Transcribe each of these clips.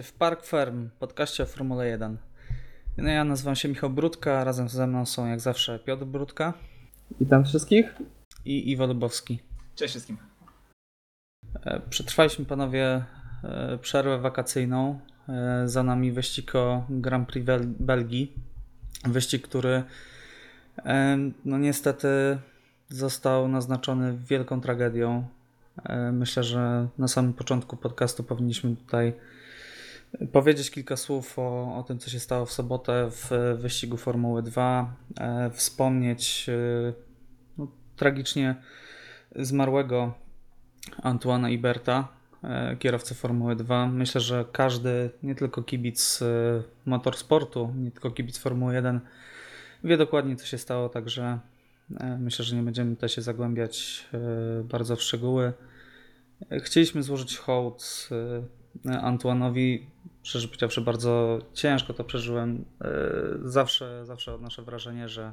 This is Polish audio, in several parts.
w Park Ferm, podcaście o Formule 1. No ja nazywam się Michał Brudka, razem ze mną są jak zawsze Piotr Brudka Witam wszystkich. i Iwo Lubowski. Cześć wszystkim. Przetrwaliśmy panowie przerwę wakacyjną. Za nami wyścig o Grand Prix Belgii. Wyścig, który no niestety został naznaczony wielką tragedią. Myślę, że na samym początku podcastu powinniśmy tutaj powiedzieć kilka słów o tym, co się stało w sobotę w wyścigu Formuły 2. Wspomnieć tragicznie zmarłego Antoana Huberta, kierowcę Formuły 2. Myślę, że każdy, nie tylko kibic motorsportu, nie tylko kibic Formuły 1 wie dokładnie, co się stało, także myślę, że nie będziemy tutaj się zagłębiać bardzo w szczegóły. Chcieliśmy złożyć hołd Antoanowi. Szczerze powiedziawszy, bardzo ciężko to przeżyłem. Zawsze odnoszę wrażenie, że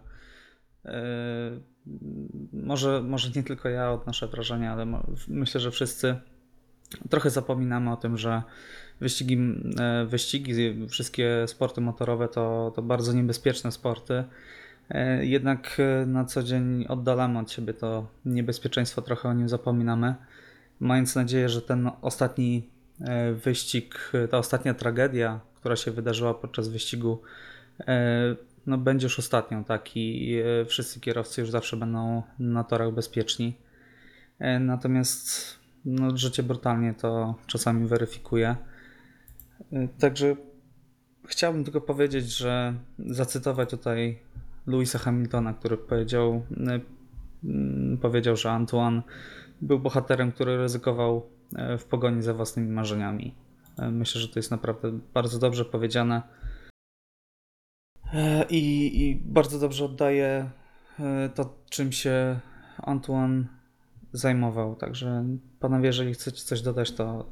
może nie tylko ja odnoszę wrażenie, ale myślę, że wszyscy trochę zapominamy o tym, że wyścigi, wszystkie sporty motorowe to bardzo niebezpieczne sporty. Jednak na co dzień oddalamy od siebie to niebezpieczeństwo, trochę o nim zapominamy. Mając nadzieję, że ten ostatni wyścig, ta ostatnia tragedia, która się wydarzyła podczas wyścigu, no będzie już ostatnią, tak, i wszyscy kierowcy już zawsze będą na torach bezpieczni. Natomiast no, życie brutalnie to czasami weryfikuje. Także chciałbym tylko powiedzieć, że zacytować tutaj Lewisa Hamiltona, który powiedział, że Antoine był bohaterem, który ryzykował w pogoni za własnymi marzeniami. Myślę, że to jest naprawdę bardzo dobrze powiedziane i bardzo dobrze oddaje to, czym się Antoine zajmował. Także panowie, jeżeli chcecie coś dodać, to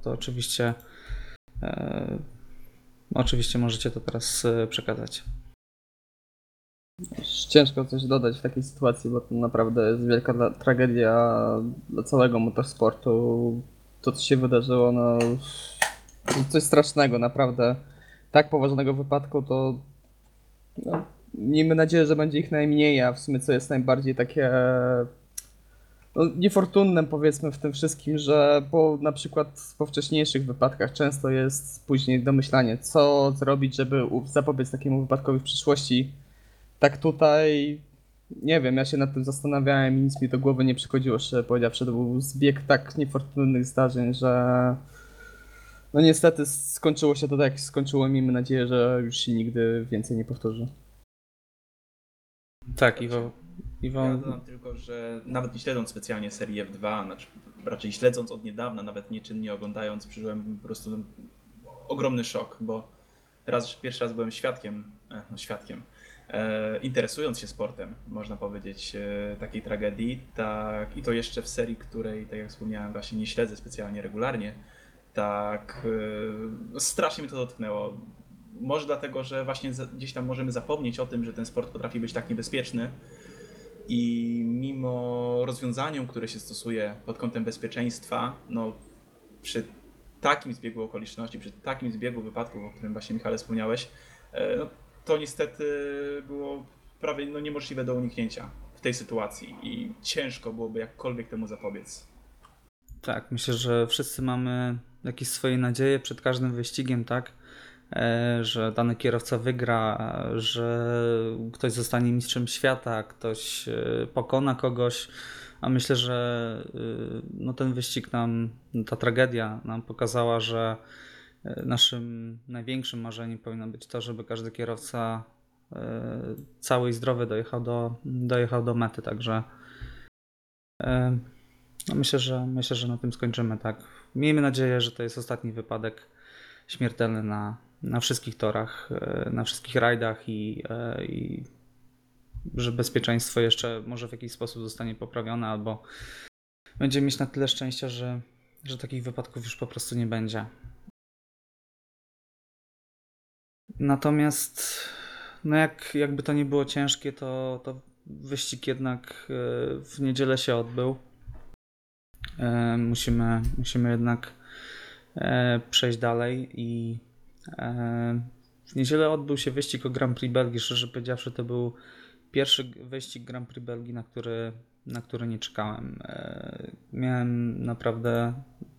oczywiście możecie to teraz przekazać. Ciężko coś dodać w takiej sytuacji, bo to naprawdę jest wielka tragedia dla całego motorsportu. To, co się wydarzyło, no coś strasznego, naprawdę. Tak poważnego wypadku to no, miejmy nadzieję, że będzie ich najmniej, a w sumie co jest najbardziej takie no, niefortunne powiedzmy w tym wszystkim, że na przykład po wcześniejszych wypadkach często jest później domyślanie, co zrobić, żeby zapobiec takiemu wypadkowi w przyszłości. Tak tutaj, nie wiem, ja się nad tym zastanawiałem i nic mi do głowy nie przychodziło, szczerze powiedziawszy, to był zbieg tak niefortunnych zdarzeń, że no niestety skończyło się to tak, jak skończyło. Miejmy nadzieję, że już się nigdy więcej nie powtórzy. Tak, Iwo. Ja dodam tylko, że nawet nie śledząc specjalnie serii F2, znaczy raczej śledząc od niedawna, nawet nieczynnie oglądając, przeżyłem po prostu ogromny szok, bo pierwszy raz byłem świadkiem, interesując się sportem, można powiedzieć, takiej tragedii, tak, i to jeszcze w serii, której, tak jak wspomniałem, właśnie nie śledzę specjalnie regularnie, tak strasznie mnie to dotknęło. Może dlatego, że właśnie gdzieś tam możemy zapomnieć o tym, że ten sport potrafi być tak niebezpieczny i mimo rozwiązaniom, które się stosuje pod kątem bezpieczeństwa, no przy takim zbiegu okoliczności, przy takim zbiegu wypadków, o którym właśnie Michale wspomniałeś, no, to niestety było prawie niemożliwe do uniknięcia w tej sytuacji i ciężko byłoby jakkolwiek temu zapobiec. Tak, myślę, że wszyscy mamy jakieś swoje nadzieje przed każdym wyścigiem, tak? Że dany kierowca wygra, że ktoś zostanie mistrzem świata, ktoś pokona kogoś, a myślę, że no ten wyścig ta tragedia nam pokazała, że naszym największym marzeniem powinno być to, żeby każdy kierowca cały i zdrowy dojechał do mety, także no myślę, że na tym skończymy, tak. Miejmy nadzieję, że to jest ostatni wypadek śmiertelny na wszystkich torach, na wszystkich rajdach i że bezpieczeństwo jeszcze może w jakiś sposób zostanie poprawione, albo będziemy mieć na tyle szczęścia, że takich wypadków już po prostu nie będzie. Natomiast no jakby to nie było ciężkie, to wyścig jednak w niedzielę się odbył. Musimy jednak przejść dalej i W niedzielę odbył się wyścig o Grand Prix Belgii. Szczerze powiedziawszy, to był pierwszy wyścig Grand Prix Belgii, na który nie czekałem. Miałem naprawdę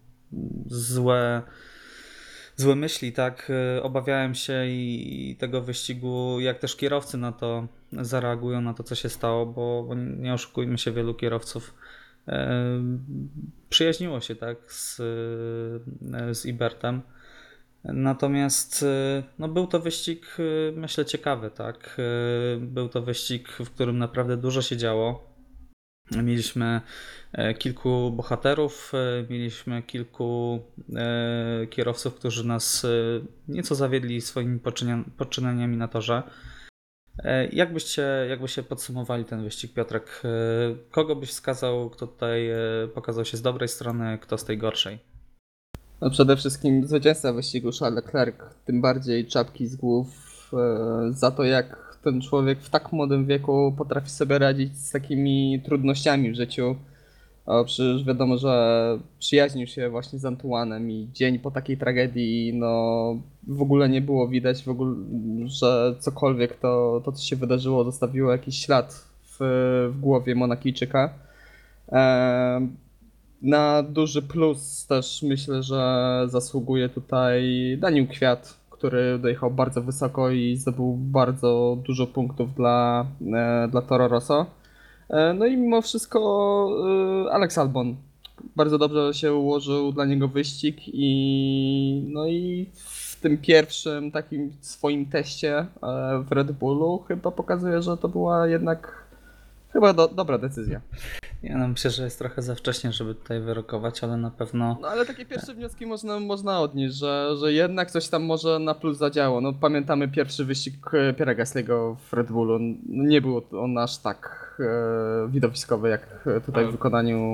złe myśli, tak? Obawiałem się i tego wyścigu, jak też kierowcy na to zareagują, na to, co się stało, bo nie oszukujmy się, wielu kierowców przyjaźniło się, tak, z Ibertem. Natomiast no, był to wyścig, myślę, ciekawy, tak? Był to wyścig, w którym naprawdę dużo się działo. Mieliśmy kilku bohaterów, mieliśmy kilku kierowców, którzy nas nieco zawiedli swoimi poczynaniami na torze. Jak byście podsumowali ten wyścig, Piotrek? Kogo byś wskazał, kto tutaj pokazał się z dobrej strony, kto z tej gorszej? No przede wszystkim zwycięzca wyścigu Charles Leclerc, tym bardziej czapki z głów za to, jak ten człowiek w tak młodym wieku potrafi sobie radzić z takimi trudnościami w życiu. A przecież wiadomo, że przyjaźnił się właśnie z Antoine'em i dzień po takiej tragedii, no w ogóle nie było widać, w ogóle, że cokolwiek to co się wydarzyło, zostawiło jakiś ślad w głowie Monakijczyka. Na duży plus też myślę, że zasługuje tutaj Daniel Kwiat, który dojechał bardzo wysoko i zdobył bardzo dużo punktów dla Toro Rosso. No i mimo wszystko Alex Albon bardzo dobrze się ułożył dla niego wyścig i w tym pierwszym takim swoim teście w Red Bullu chyba pokazuje, że to była jednak chyba dobra decyzja. Ja no, myślę, że jest trochę za wcześnie, żeby tutaj wyrokować, ale na pewno No ale takie pierwsze wnioski można odnieść, że jednak coś tam może na plus zadziałało. No pamiętamy pierwszy wyścig Pierre'a Gasly'ego w Red Bullu. No, nie był on aż tak widowiskowy jak tutaj w wykonaniu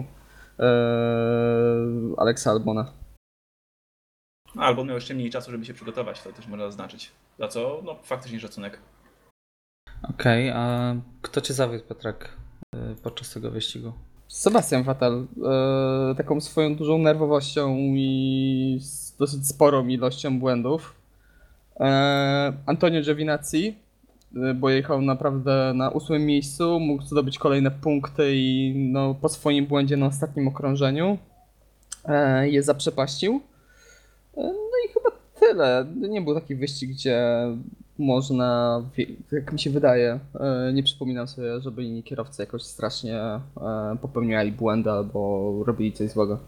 Alexa Albona. Albo miał jeszcze mniej czasu, żeby się przygotować, to też można zaznaczyć. Za co, no faktycznie szacunek. Okej, a kto cię zawiódł, Piotrek, podczas tego wyścigu? Sebastian Vettel taką swoją dużą nerwowością i z dosyć sporą ilością błędów. Antonio Giovinazzi, bo jechał naprawdę na 8. miejscu, mógł zdobyć kolejne punkty i no, po swoim błędzie na ostatnim okrążeniu je zaprzepaścił. No i chyba tyle. Nie był taki wyścig, gdzie można, jak mi się wydaje, nie przypominam sobie, żeby inni kierowcy jakoś strasznie popełniali błędy albo robili coś złego.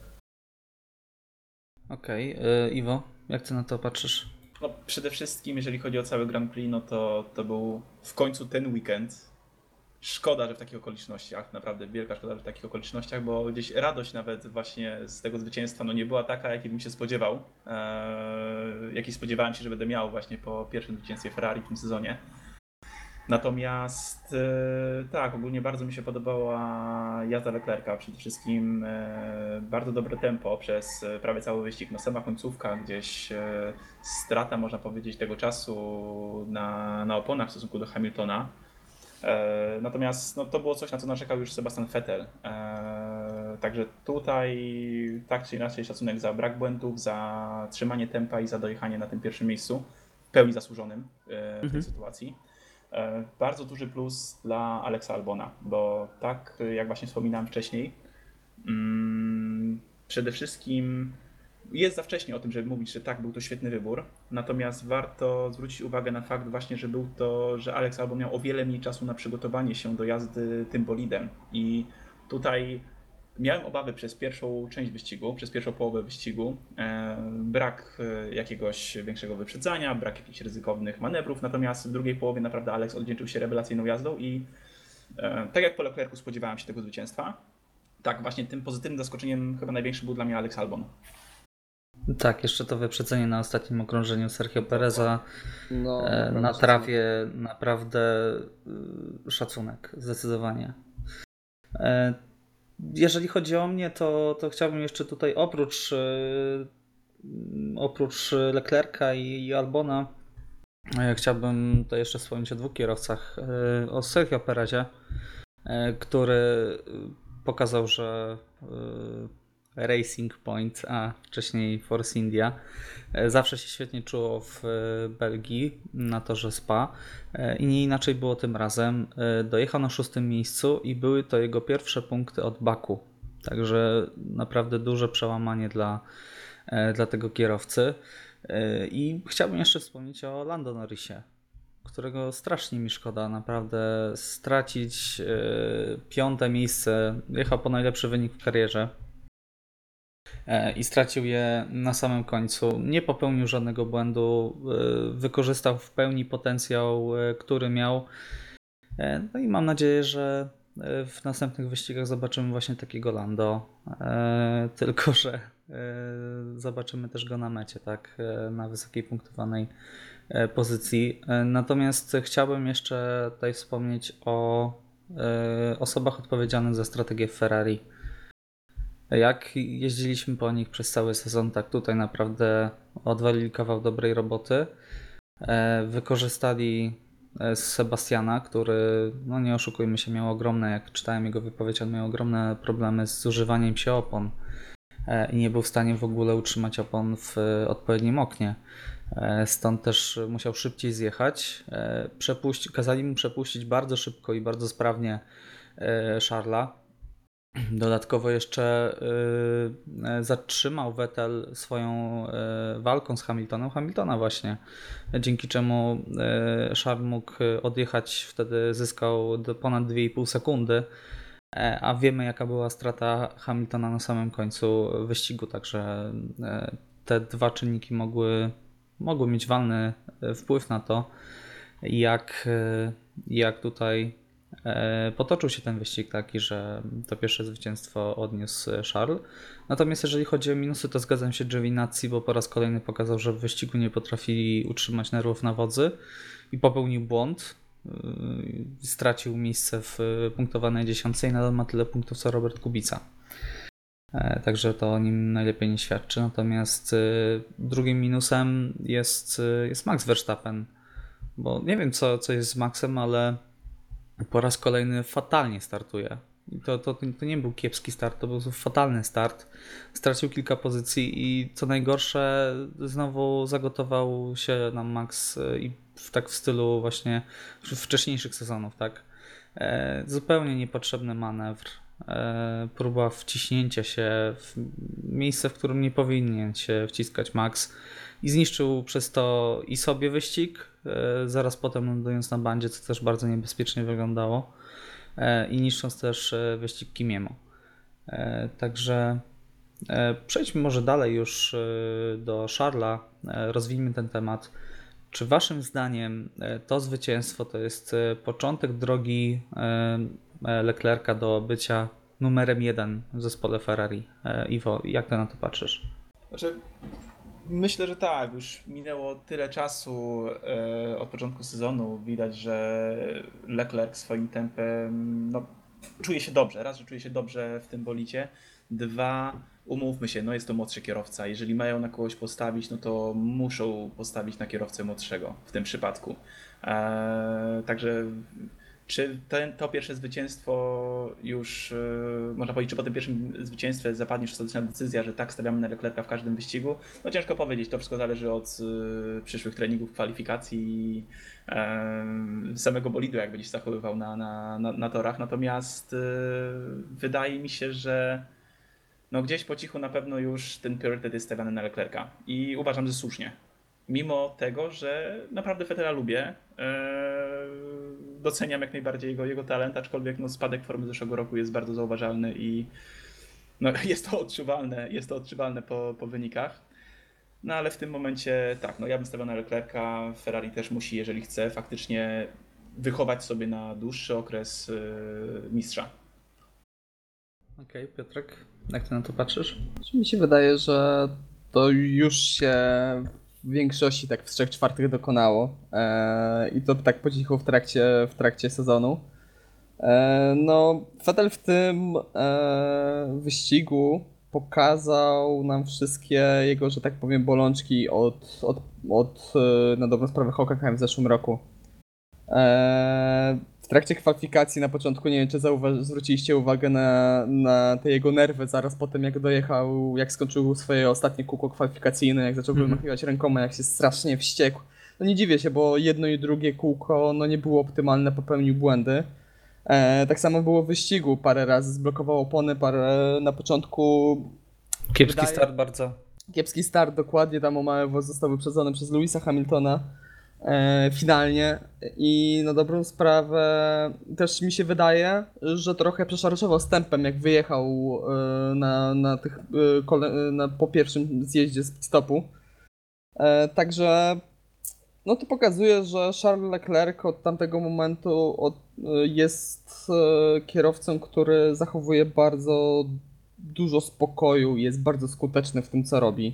Okej, Iwo, jak ty na to patrzysz? No przede wszystkim, jeżeli chodzi o cały Grand Prix, no to był w końcu ten weekend. Szkoda, że w takich okolicznościach, naprawdę wielka szkoda, że w takich okolicznościach, bo gdzieś radość nawet właśnie z tego zwycięstwa no nie była taka, jakiej bym się spodziewał. Jakiej spodziewałem się, że będę miał właśnie po pierwszym zwycięstwie Ferrari w tym sezonie. Natomiast tak, ogólnie bardzo mi się podobała jazda Leclerca. Przede wszystkim bardzo dobre tempo przez prawie cały wyścig. No sama końcówka, gdzieś strata, można powiedzieć, tego czasu na oponach w stosunku do Hamiltona. Natomiast no, to było coś, na co narzekał już Sebastian Vettel. Także tutaj tak czy inaczej szacunek za brak błędów, za trzymanie tempa i za dojechanie na tym pierwszym miejscu, w pełni zasłużonym w tej sytuacji. Bardzo duży plus dla Alexa Albona, bo tak jak właśnie wspominałem wcześniej, przede wszystkim jest za wcześnie o tym, żeby mówić, że tak, był to świetny wybór, natomiast warto zwrócić uwagę na fakt właśnie, że Alex Albon miał o wiele mniej czasu na przygotowanie się do jazdy tym bolidem i tutaj miałem obawy przez pierwszą część wyścigu, przez pierwszą połowę wyścigu, brak jakiegoś większego wyprzedzania, brak jakichś ryzykownych manewrów, natomiast w drugiej połowie naprawdę Alex odwdzięczył się rewelacyjną jazdą i tak jak po Leclercu spodziewałem się tego zwycięstwa, tak właśnie tym pozytywnym zaskoczeniem chyba największy był dla mnie Alex Albon. Tak, jeszcze to wyprzedzenie na ostatnim okrążeniu Sergio Pereza No, na trawie, naprawdę szacunek, zdecydowanie. Jeżeli chodzi o mnie, to chciałbym jeszcze tutaj oprócz Leclerca i Albona, chciałbym tutaj jeszcze wspomnieć o dwóch kierowcach, o Sergio Perezie, który pokazał, że Racing Point, a wcześniej Force India. Zawsze się świetnie czuło w Belgii na torze Spa i nie inaczej było tym razem. Dojechał na 6. miejscu i były to jego pierwsze punkty od Baku. Także naprawdę duże przełamanie dla tego kierowcy. I chciałbym jeszcze wspomnieć o Lando Norrisie, którego strasznie mi szkoda, naprawdę stracić 5. miejsce. Jechał po najlepszy wynik w karierze i stracił je na samym końcu. Nie popełnił żadnego błędu, wykorzystał w pełni potencjał, który miał. No i mam nadzieję, że w następnych wyścigach zobaczymy właśnie takiego Lando, tylko że zobaczymy też go na mecie, tak, na wysokiej punktowanej pozycji. Natomiast chciałbym jeszcze tutaj wspomnieć o osobach odpowiedzialnych za strategię Ferrari. Jak jeździliśmy po nich przez cały sezon, tak tutaj naprawdę odwalili kawał dobrej roboty. Wykorzystali Sebastiana, który, no nie oszukujmy się, miał ogromne, jak czytałem jego wypowiedź, on miał ogromne problemy z zużywaniem się opon i nie był w stanie w ogóle utrzymać opon w odpowiednim oknie. Stąd też musiał szybciej zjechać. Kazali mu przepuścić bardzo szybko i bardzo sprawnie Charlesa. Dodatkowo jeszcze zatrzymał Vettel swoją walką z Hamiltona właśnie, dzięki czemu Charles mógł odjechać, wtedy zyskał ponad 2,5 sekundy, a wiemy jaka była strata Hamiltona na samym końcu wyścigu, także te dwa czynniki mogły mieć walny wpływ na to, jak tutaj potoczył się ten wyścig taki, że to pierwsze zwycięstwo odniósł Charles. Natomiast jeżeli chodzi o minusy, to zgadzam się Giovinazzi, bo po raz kolejny pokazał, że w wyścigu nie potrafi utrzymać nerwów na wodzy i popełnił błąd. Stracił miejsce w punktowanej 10 i nadal ma tyle punktów co Robert Kubica. Także to o nim najlepiej nie świadczy. Natomiast drugim minusem jest Max Verstappen, bo nie wiem co jest z Maxem, ale po raz kolejny fatalnie startuje. I to nie był kiepski start, to był fatalny start. Stracił kilka pozycji i co najgorsze, znowu zagotował się nam Max i tak w stylu właśnie wcześniejszych sezonów, tak? Zupełnie niepotrzebny manewr. Próba wciśnięcia się w miejsce, w którym nie powinien się wciskać Max i zniszczył przez to i sobie wyścig, zaraz potem lądując na bandzie, co też bardzo niebezpiecznie wyglądało, i niszcząc też wyścig Kimiemu. Także przejdźmy może dalej już do Charlesa, rozwijmy ten temat. Czy waszym zdaniem to zwycięstwo to jest początek drogi Leclerca do bycia numerem 1 w zespole Ferrari? Iwo, jak ty na to patrzysz? Znaczy, myślę, że tak. Już minęło tyle czasu od początku sezonu. Widać, że Leclerc swoim tempem czuje się dobrze. Raz, że czuje się dobrze w tym bolidzie. Dwa, umówmy się, jest to młodszy kierowca. Jeżeli mają na kogoś postawić, no to muszą postawić na kierowcę młodszego w tym przypadku. Także czy to pierwsze zwycięstwo już, można powiedzieć, czy po tym pierwszym zwycięstwie zapadnie już ostateczna decyzja, że tak stawiamy na Leclerca w każdym wyścigu? No ciężko powiedzieć, to wszystko zależy od przyszłych treningów, kwalifikacji i samego bolidu, jak będzie się zachowywał na torach. Natomiast wydaje mi się, że gdzieś po cichu na pewno już ten priorytet jest stawiany na Leclerca i uważam, że słusznie. Mimo tego, że naprawdę Vettela lubię, doceniam jak najbardziej jego talent, aczkolwiek spadek formy zeszłego roku jest bardzo zauważalny i jest to odczuwalne po wynikach. No ale w tym momencie tak, ja bym stawiał na Leclerca. Ferrari też musi, jeżeli chce, faktycznie wychować sobie na dłuższy okres mistrza. Okej, Piotrek, jak ty na to patrzysz? Mi się wydaje, że to już się w większości tak w 3/4 dokonało i to tak po cichu w trakcie sezonu. Vettel w tym wyścigu pokazał nam wszystkie jego, że tak powiem, bolączki od na dobrą sprawę Hockenheim w zeszłym roku. W trakcie kwalifikacji na początku, nie wiem czy zwróciliście uwagę na te jego nerwy zaraz po tym jak dojechał, jak skończył swoje ostatnie kółko kwalifikacyjne, jak zaczął wymachiwać rękoma, jak się strasznie wściekł. No nie dziwię się, bo jedno i drugie kółko no nie było optymalne, popełnił błędy. Tak samo było w wyścigu, parę razy zblokował opony, parę na początku Kiepski start bardzo. kiepski start, dokładnie, tam o mały został wyprzedzony przez Lewisa Hamiltona finalnie i na dobrą sprawę też mi się wydaje, że trochę przeszarżował z tempem, jak wyjechał po pierwszym zjeździe z stopu. Także no to pokazuje, że Charles Leclerc od tamtego momentu jest kierowcą, który zachowuje bardzo dużo spokoju, jest bardzo skuteczny w tym, co robi.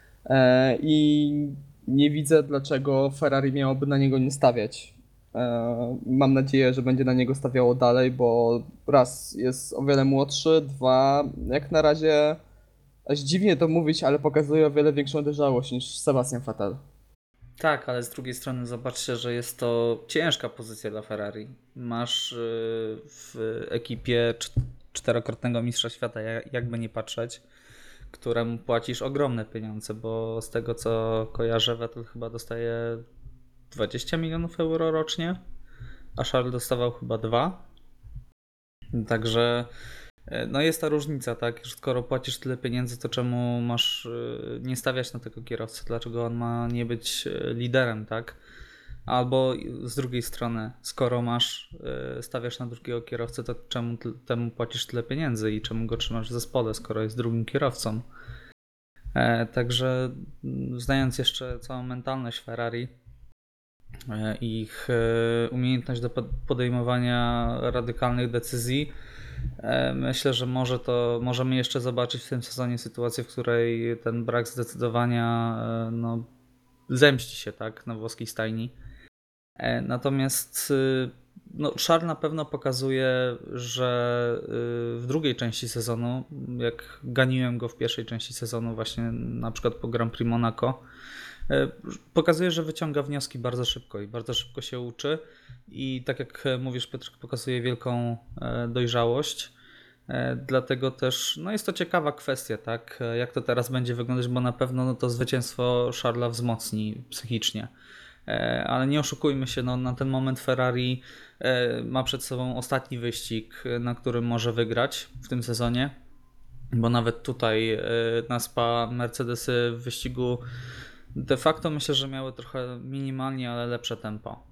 I nie widzę, dlaczego Ferrari miałoby na niego nie stawiać. Mam nadzieję, że będzie na niego stawiało dalej, bo raz jest o wiele młodszy, dwa, jak na razie, aż dziwnie to mówić, ale pokazuje o wiele większą dojrzałość niż Sebastian Vettel. Tak, ale z drugiej strony zobaczcie, że jest to ciężka pozycja dla Ferrari. Masz w ekipie czterokrotnego mistrza świata, jakby nie patrzeć, któremu płacisz ogromne pieniądze, bo z tego co kojarzę, Vettel chyba dostaje 20 milionów euro rocznie, a Charles dostawał chyba 2. Także no jest ta różnica, tak? Skoro płacisz tyle pieniędzy, to czemu masz nie stawiać na tego kierowcę? Dlaczego on ma nie być liderem, tak? Albo z drugiej strony, skoro stawiasz na drugiego kierowcę, to czemu temu płacisz tyle pieniędzy i czemu go trzymasz w zespole, skoro jest drugim kierowcą? Także znając jeszcze całą mentalność Ferrari, ich umiejętność do podejmowania radykalnych decyzji, myślę, że możemy jeszcze zobaczyć w tym sezonie sytuację, w której ten brak zdecydowania no, zemści się tak na włoskiej stajni. Natomiast no, Charles na pewno pokazuje, że w drugiej części sezonu, jak ganiłem go w pierwszej części sezonu właśnie na przykład po Grand Prix Monaco, pokazuje, że wyciąga wnioski bardzo szybko i bardzo szybko się uczy i tak jak mówisz, Piotrek, pokazuje wielką dojrzałość. Dlatego też no jest to ciekawa kwestia, tak? Jak to teraz będzie wyglądać, bo na pewno no to zwycięstwo Charlesa wzmocni psychicznie. Ale nie oszukujmy się, no, na ten moment Ferrari ma przed sobą ostatni wyścig, na którym może wygrać w tym sezonie, bo nawet tutaj na Spa Mercedesy w wyścigu de facto myślę, że miały trochę minimalnie, ale lepsze tempo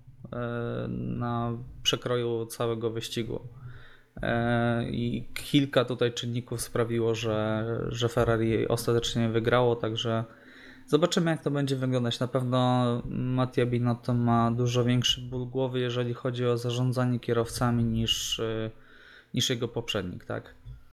na przekroju całego wyścigu. I kilka tutaj czynników sprawiło, że Ferrari ostatecznie wygrało, także zobaczymy jak to będzie wyglądać. Na pewno Mattia Binotto ma dużo większy ból głowy, jeżeli chodzi o zarządzanie kierowcami niż jego poprzednik, tak?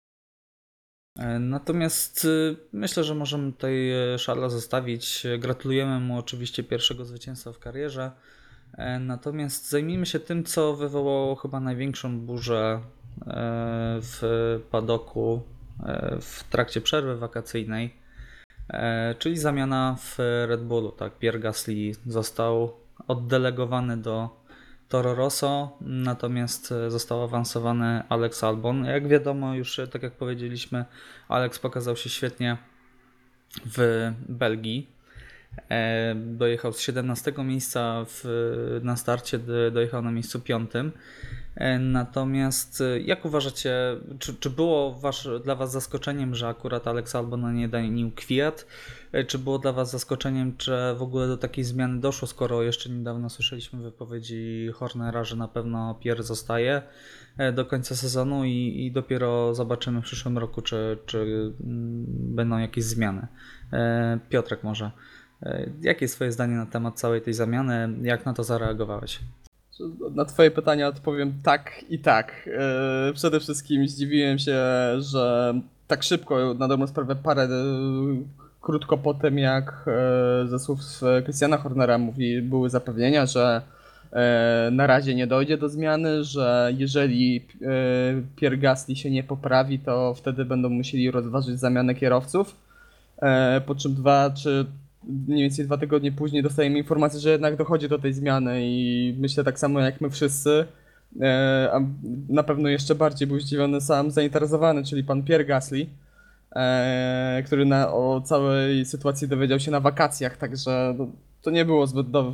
Natomiast myślę, że możemy tutaj Charlesa zostawić. Gratulujemy mu oczywiście pierwszego zwycięstwa w karierze. Natomiast zajmijmy się tym, co wywołało chyba największą burzę w padoku w trakcie przerwy wakacyjnej, czyli zamiana w Red Bullu. Tak, Pierre Gasly został oddelegowany do Toro Rosso, natomiast został awansowany Alex Albon. Jak wiadomo, już tak jak powiedzieliśmy, Alex pokazał się świetnie w Belgii. Dojechał z 17 miejsca na starcie, dojechał na miejscu 5. Natomiast jak uważacie, czy było dla Was zaskoczeniem, że akurat Alex Albon nie danił Kwiat? Czy było dla Was zaskoczeniem, że w ogóle do takiej zmiany doszło, skoro jeszcze niedawno słyszeliśmy wypowiedzi Hornera, że na pewno Pierre zostaje do końca sezonu i dopiero zobaczymy w przyszłym roku, czy będą jakieś zmiany. Piotrek może, jakie jest Twoje zdanie na temat całej tej zamiany? Jak na to zareagowałeś? Na Twoje pytania odpowiem tak i tak. Przede wszystkim zdziwiłem się, że tak szybko, na dobrą sprawę krótko po tym jak ze słów Christiana Hornera były zapewnienia, że na razie nie dojdzie do zmiany, że jeżeli Pierre Gasly się nie poprawi, to wtedy będą musieli rozważyć zamianę kierowców. Po czym mniej więcej 2 tygodnie później dostajemy informację, że jednak dochodzi do tej zmiany i myślę tak samo jak my wszyscy, A na pewno jeszcze bardziej był zdziwiony sam zainteresowany, czyli pan Pierre Gasly, który o całej sytuacji dowiedział się na wakacjach, także to nie było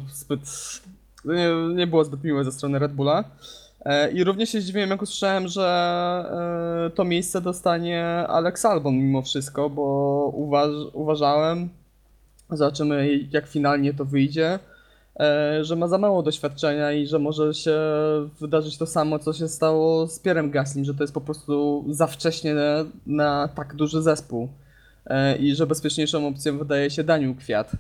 nie było zbyt miłe ze strony Red Bulla. I również się zdziwiłem, jak usłyszałem, że to miejsce dostanie Alex Albon mimo wszystko, bo uważałem, zobaczymy jak finalnie to wyjdzie, że ma za mało doświadczenia i że może się wydarzyć to samo, co się stało z Pierrem Gaslym, że to jest po prostu za wcześnie na tak duży zespół i że bezpieczniejszą opcją wydaje się Daniel Kwiat,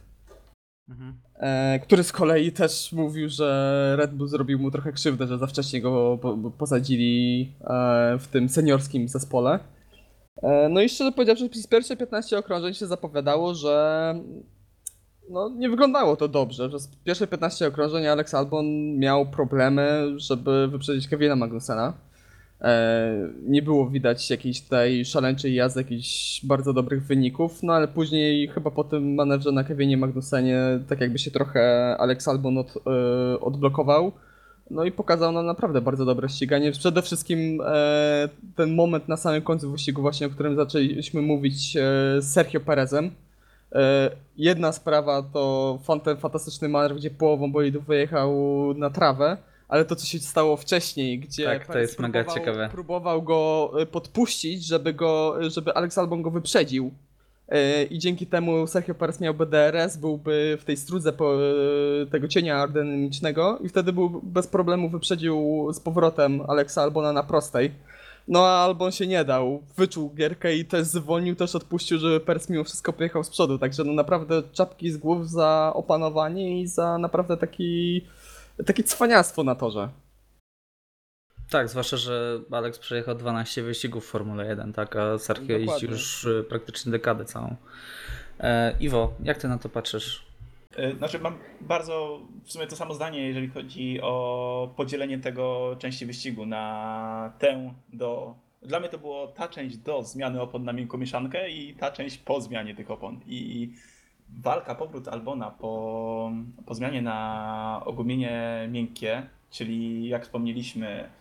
który z kolei też mówił, że Red Bull zrobił mu trochę krzywdę, że za wcześnie go posadzili w tym seniorskim zespole. No i szczerze powiedziawszy, przez pierwsze 15 okrążeń się zapowiadało, że no, nie wyglądało to dobrze. Przez pierwsze 15 okrążeń Alex Albon miał problemy, żeby wyprzedzić Kevina Magnusena. Nie było widać jakiejś tej szaleńczej jazdy, jakichś bardzo dobrych wyników, no ale później chyba po tym manewrze na Kevinie Magnusenie tak jakby się trochę Alex Albon odblokował. No i pokazał nam naprawdę bardzo dobre ściganie. Przede wszystkim ten moment na samym końcu wyścigu właśnie, o którym zaczęliśmy mówić z Sergio Perezem. Jedna sprawa to ten fantastyczny manewr, gdzie połową bolidów wyjechał na trawę, ale to co się stało wcześniej, gdzie Tak, to Perez jest mega ciekawe. próbował go podpuścić, żeby Alex Albon go wyprzedził. I dzięki temu Sergio Perez miałby DRS, byłby w tej strudze tego cienia aerodynamicznego i wtedy bez problemu wyprzedził z powrotem Alexa Albona na prostej. No a Albon się nie dał, wyczuł gierkę i też zwolnił, też odpuścił, żeby Perez mimo wszystko pojechał z przodu, także no naprawdę czapki z głów za opanowanie i za naprawdę takie cwaniactwo na torze. Tak, zwłaszcza, że Alex przejechał 12 wyścigów w Formule 1, tak, a Sergio jeździ Dokładnie. już praktycznie dekadę całą. Iwo, jak ty na to patrzysz? Znaczy mam bardzo w sumie to samo zdanie, jeżeli chodzi o podzielenie tego części wyścigu na tę do... Dla mnie to było ta część do zmiany opon na miękką mieszankę i ta część po zmianie tych opon. I walka, powrót Albona po zmianie na ogumienie miękkie, czyli jak wspomnieliśmy,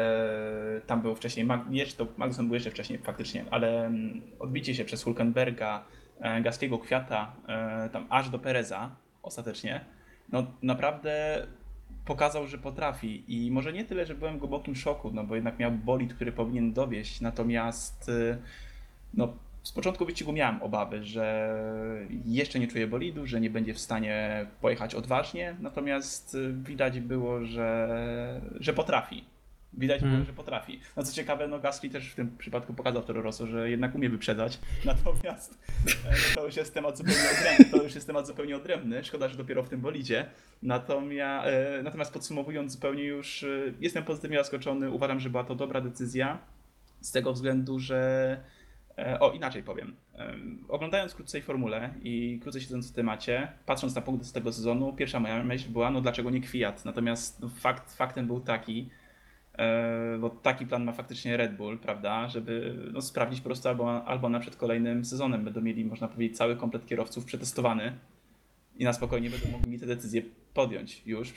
tam był wcześniej, Magnussen był jeszcze wcześniej faktycznie, ale odbicie się przez Hülkenberga, Gasly'ego, Kwiata, tam aż do Pereza ostatecznie, no naprawdę pokazał, że potrafi i może nie tyle, że byłem w głębokim szoku, no bo jednak miał bolid, który powinien dowieść, natomiast no z początku wyścigu miałem obawy, że jeszcze nie czuje bolidu, że nie będzie w stanie pojechać odważnie, natomiast widać było, że potrafi. Widać było, że potrafi. No co ciekawe, no Gasly też w tym przypadku pokazał Toro Rosso, że jednak umie wyprzedzać, natomiast to już jest temat zupełnie odrębny. To już jest temat zupełnie odrębny. Szkoda, że dopiero w tym bolidzie. Natomiast podsumowując zupełnie już, jestem pozytywnie zaskoczony. Uważam, że była to dobra decyzja z tego względu, że inaczej powiem. Oglądając krócej formulę i krócej siedząc w temacie, patrząc na punkty z tego sezonu, pierwsza moja myśl była, no dlaczego nie Kwiat? Natomiast faktem był taki, bo taki plan ma faktycznie Red Bull, prawda, żeby no, sprawdzić po prostu albo przed kolejnym sezonem będą mieli, można powiedzieć, cały komplet kierowców przetestowany i na spokojnie będą mogli te decyzje podjąć już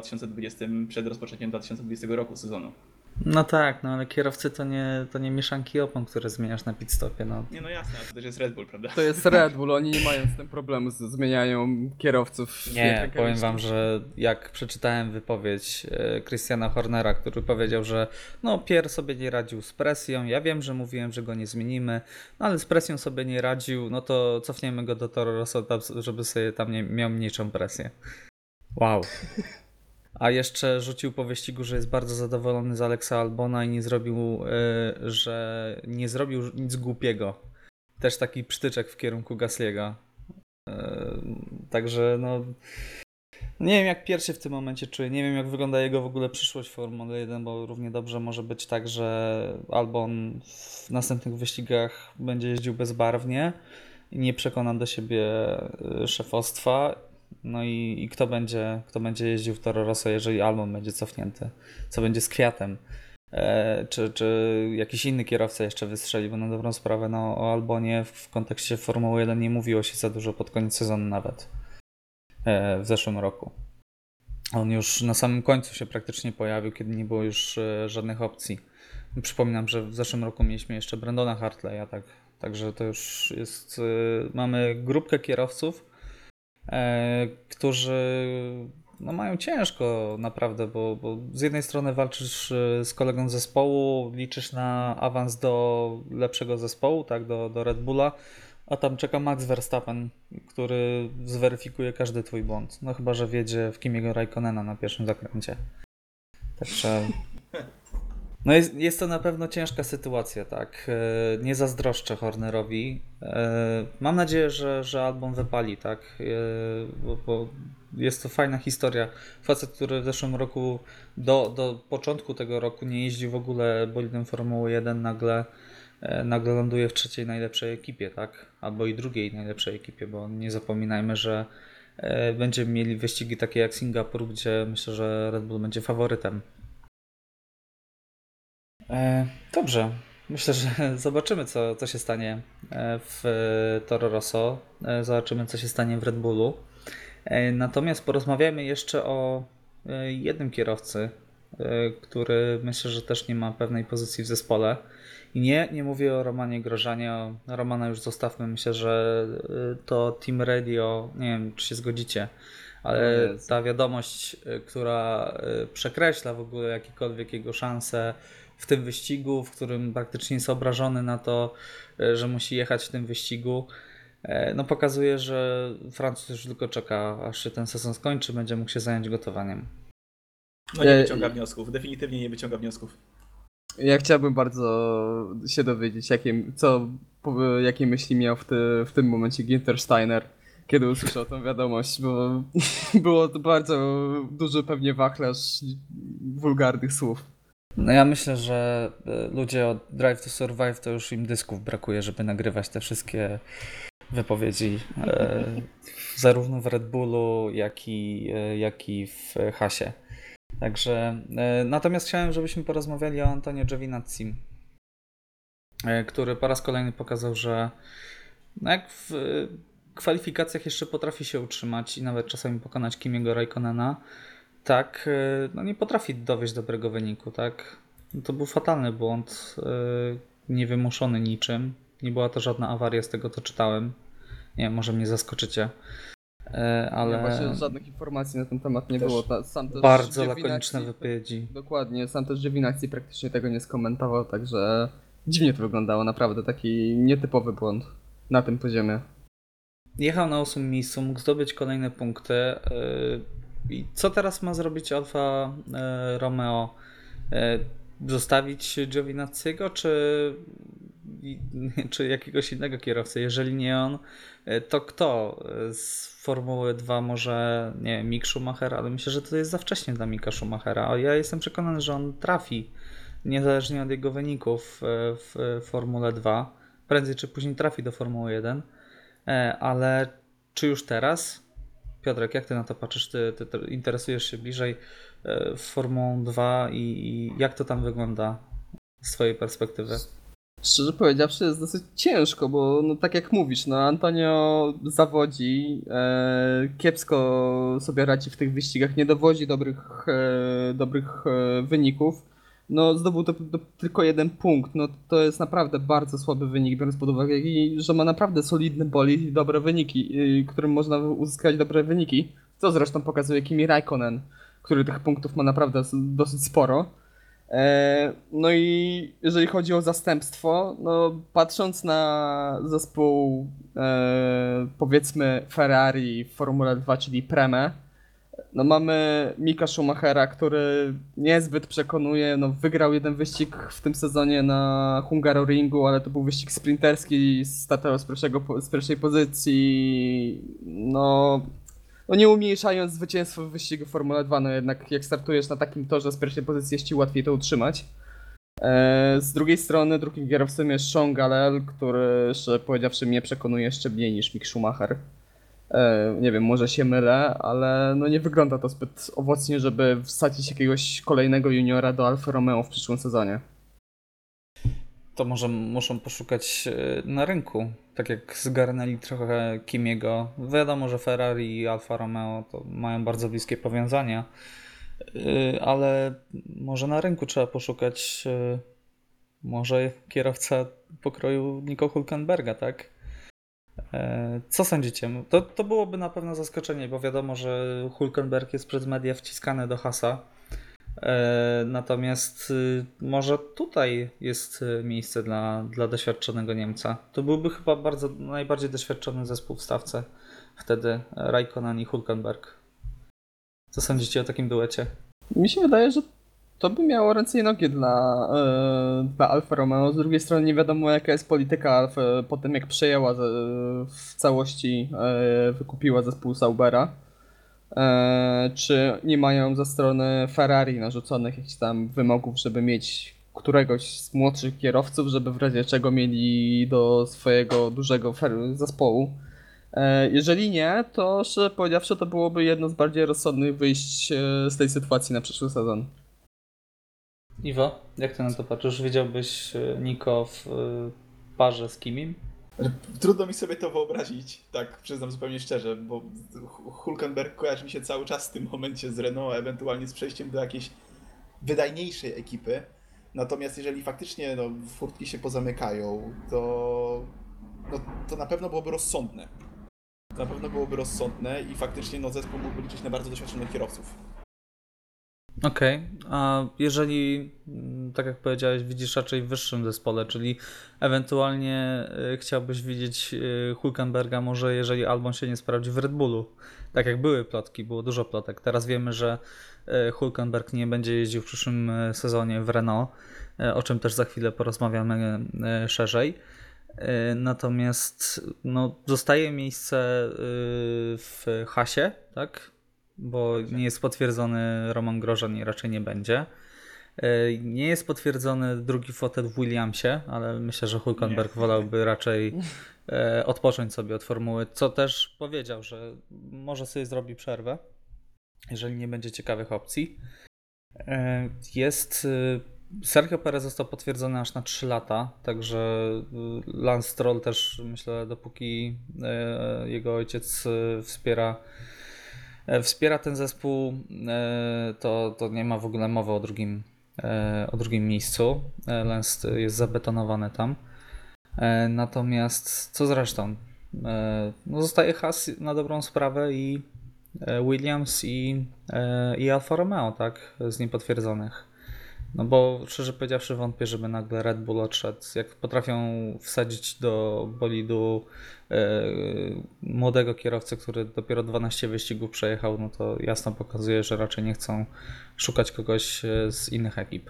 przed rozpoczęciem 2020 roku sezonu. No tak, no ale kierowcy to nie mieszanki opon, które zmieniasz na pit stopie, no. Nie, no jasne, ale to też jest Red Bull, prawda? To jest Red Bull, oni nie mają z tym problemu, zmieniają kierowców. Nie, powiem wam, że jak przeczytałem wypowiedź Christiana Hornera, który powiedział, że no Pierre sobie nie radził z presją, ja wiem, że mówiłem, że go nie zmienimy, no ale z presją sobie nie radził, no to cofniemy go do Toro Rosso, żeby sobie tam miał mniejszą presję. Wow. A jeszcze rzucił po wyścigu, że jest bardzo zadowolony z Alexa Albona i że nie zrobił nic głupiego. Też taki przytyczek w kierunku Gasly'ego. Także no... Nie wiem jak pierwszy w tym momencie czuje, nie wiem jak wygląda jego w ogóle przyszłość w Formule 1, bo równie dobrze może być tak, że Albon w następnych wyścigach będzie jeździł bezbarwnie i nie przekona do siebie szefostwa. No i kto będzie jeździł w Toro Rosso, jeżeli Albon będzie cofnięty? Co będzie z Kwiatem? Czy jakiś inny kierowca jeszcze wystrzeli? Bo na dobrą sprawę no, o Albonie w kontekście Formuły 1 nie mówiło się za dużo pod koniec sezonu nawet w zeszłym roku. On już na samym końcu się praktycznie pojawił, kiedy nie było już żadnych opcji. Przypominam, że w zeszłym roku mieliśmy jeszcze Brandona Hartleya, tak, także to już jest. Mamy grupkę kierowców, którzy no, mają ciężko naprawdę, bo z jednej strony walczysz z kolegą z zespołu, liczysz na awans do lepszego zespołu, tak, do Red Bulla, a tam czeka Max Verstappen, który zweryfikuje każdy twój błąd. No chyba, że wjedzie w Kimiego Raikkonena na pierwszym zakręcie. Także no jest to na pewno ciężka sytuacja, tak. Nie zazdroszczę Hornerowi. Mam nadzieję, że Albon wypali, tak. Bo jest to fajna historia. Facet, który w zeszłym roku do początku tego roku nie jeździł w ogóle bolidem Formuły 1, nagle ląduje w trzeciej najlepszej ekipie, tak? Albo i drugiej najlepszej ekipie, bo nie zapominajmy, że będziemy mieli wyścigi takie jak Singapur, gdzie myślę, że Red Bull będzie faworytem. Dobrze. Myślę, że zobaczymy, co się stanie w Toro Rosso. Zobaczymy, co się stanie w Red Bullu. Natomiast porozmawiajmy jeszcze o jednym kierowcy, który myślę, że też nie ma pewnej pozycji w zespole. I nie mówię o Romanie Grosjeanie. Romana już zostawmy. Myślę, że to Team Radio, nie wiem, czy się zgodzicie, ale ta wiadomość, która przekreśla w ogóle jakiekolwiek jego szanse w tym wyścigu, w którym praktycznie jest obrażony na to, że musi jechać w tym wyścigu, no pokazuje, że Francuz już tylko czeka, aż się ten sezon skończy, będzie mógł się zająć gotowaniem. No nie wyciąga wniosków, definitywnie nie wyciąga wniosków. Ja chciałbym bardzo się dowiedzieć, jakie myśli miał w tym momencie Günther Steiner, kiedy usłyszał tą wiadomość, bo było to bardzo duży pewnie wachlarz wulgarnych słów. No ja myślę, że ludzie od Drive to Survive to już im dysków brakuje, żeby nagrywać te wszystkie wypowiedzi zarówno w Red Bullu, jak i w Hasie. Także natomiast chciałem, żebyśmy porozmawiali o Antonio Giovinazzi, który po raz kolejny pokazał, że no jak w kwalifikacjach jeszcze potrafi się utrzymać i nawet czasami pokonać Kimiego Raikkonena, tak no nie potrafi dowieść dobrego wyniku, tak? No to był fatalny błąd, niewymuszony niczym. Nie była to żadna awaria z tego, co czytałem. Nie wiem, może mnie zaskoczycie. Ale Właśnie żadnych informacji na ten temat nie było. Sam też bardzo Giovinazzi- lakoniczne wypowiedzi. Dokładnie, sam też Giovinazzi praktycznie tego nie skomentował, także dziwnie to wyglądało, naprawdę taki nietypowy błąd na tym poziomie. Jechał na 8 miejscu, mógł zdobyć kolejne punkty. I co teraz ma zrobić Alfa Romeo? Zostawić Giovinazziego, czy jakiegoś innego kierowcę? Jeżeli nie on, to kto z Formuły 2? Może, nie wiem, Mick Schumacher, ale myślę, że to jest za wcześnie dla Micka Schumachera. A ja jestem przekonany, że on trafi, niezależnie od jego wyników w Formule 2. Prędzej czy później trafi do Formuły 1. Ale czy już teraz? Piotrek, jak ty na to patrzysz? Ty interesujesz się bliżej Formułą 2 i jak to tam wygląda z twojej perspektywy? Szczerze powiedziawszy jest dosyć ciężko, bo no, tak jak mówisz, no Antonio zawodzi, kiepsko sobie radzi w tych wyścigach, nie dowodzi dobrych wyników. No zdobył tylko 1 punkt, no to jest naprawdę bardzo słaby wynik, biorąc pod uwagę, że ma naprawdę solidny bolid i dobre wyniki, którym można uzyskać dobre wyniki. Co zresztą pokazuje Kimi Raikkonen, który tych punktów ma naprawdę dosyć sporo. No i jeżeli chodzi o zastępstwo, no patrząc na zespół powiedzmy Ferrari w Formule 2, czyli Premę, no mamy Micka Schumachera, który niezbyt przekonuje, no wygrał jeden wyścig w tym sezonie na Hungaroringu, ale to był wyścig sprinterski, startował z pierwszej pozycji, no nie umniejszając zwycięstwo w wyścigu Formule 2, no jednak jak startujesz na takim torze z pierwszej pozycji jest ci łatwiej to utrzymać. Z drugiej strony drugim kierowcą jest Sean Gallel, który szczerze powiedziawszy mnie przekonuje jeszcze mniej niż Mick Schumacher. Nie wiem, może się mylę, ale no nie wygląda to zbyt owocnie, żeby wsadzić jakiegoś kolejnego juniora do Alfa Romeo w przyszłym sezonie. to może muszą poszukać na rynku. Tak jak zgarnęli trochę Kimiego. Wiadomo, że Ferrari i Alfa Romeo to mają bardzo bliskie powiązania, ale może na rynku trzeba poszukać może kierowca pokroju Nico Hülkenberga, tak? Co sądzicie? To byłoby na pewno zaskoczenie, bo wiadomo, że Hülkenberg jest przez media wciskany do Haasa. Natomiast może tutaj jest miejsce dla doświadczonego Niemca. To byłby chyba najbardziej doświadczony zespół w stawce. Wtedy Raikkonen i Hülkenberg. Co sądzicie o takim duecie? Mi się wydaje, że to by miało ręce i nogi dla Alfa Romeo. Z drugiej strony nie wiadomo jaka jest polityka Alfa po tym jak przejęła w całości, wykupiła zespół Saubera. Czy nie mają ze strony Ferrari narzuconych jakichś tam wymogów, żeby mieć któregoś z młodszych kierowców, żeby w razie czego mieli do swojego dużego zespołu. Jeżeli nie, to szczerze powiedziawszy to byłoby jedno z bardziej rozsądnych wyjść z tej sytuacji na przyszły sezon. Iwo, jak ty na to patrzysz? Widziałbyś Nico w parze z Kimim? Trudno mi sobie to wyobrazić, tak przyznam zupełnie szczerze, bo Hülkenberg kojarzy mi się cały czas w tym momencie z Renault, ewentualnie z przejściem do jakiejś wydajniejszej ekipy. Natomiast jeżeli faktycznie furtki się pozamykają, to na pewno byłoby rozsądne. Na pewno byłoby rozsądne i faktycznie zespół mógłby liczyć na bardzo doświadczonych kierowców. Okej, a jeżeli, tak jak powiedziałeś, widzisz raczej w wyższym zespole, czyli ewentualnie chciałbyś widzieć Hülkenberga może jeżeli Albon się nie sprawdzi w Red Bullu, tak jak były plotki, było dużo plotek. Teraz wiemy, że Hülkenberg nie będzie jeździł w przyszłym sezonie w Renault, o czym też za chwilę porozmawiamy szerzej. Natomiast zostaje miejsce w Haasie, tak? Bo nie jest potwierdzony Roman Grosjean i raczej nie będzie. Nie jest potwierdzony drugi fotel w Williamsie, ale myślę, że Hülkenberg wolałby raczej odpocząć sobie od formuły, co też powiedział, że może sobie zrobi przerwę, jeżeli nie będzie ciekawych opcji. Sergio Perez został potwierdzony aż na 3 lata, także Lance Stroll też, myślę, dopóki jego ojciec wspiera ten zespół, to nie ma w ogóle mowy o drugim miejscu. Lance jest zabetonowany tam. Natomiast co z resztą? Zostaje Haas na dobrą sprawę i Williams i Alfa Romeo, tak? Z niepotwierdzonych. No bo szczerze powiedziawszy wątpię, żeby nagle Red Bull odszedł. Jak potrafią wsadzić do bolidu młodego kierowcę, który dopiero 12 wyścigów przejechał, no to jasno pokazuje, że raczej nie chcą szukać kogoś z innych ekip.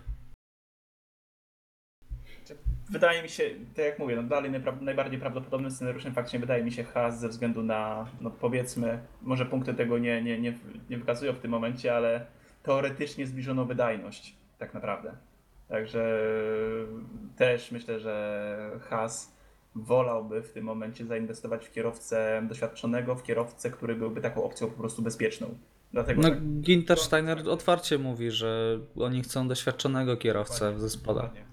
Wydaje mi się, tak jak mówię, dalej najbardziej prawdopodobnym scenariuszem faktycznie wydaje mi się Haas ze względu na, powiedzmy, może punkty tego nie wykazują w tym momencie, ale teoretycznie zbliżoną wydajność tak naprawdę. Także też myślę, że Haas wolałby w tym momencie zainwestować w kierowcę doświadczonego, w kierowcę, który byłby taką opcją po prostu bezpieczną. Dlatego Günther Steiner otwarcie mówi, że oni chcą doświadczonego kierowcę w zespole. Dokładnie.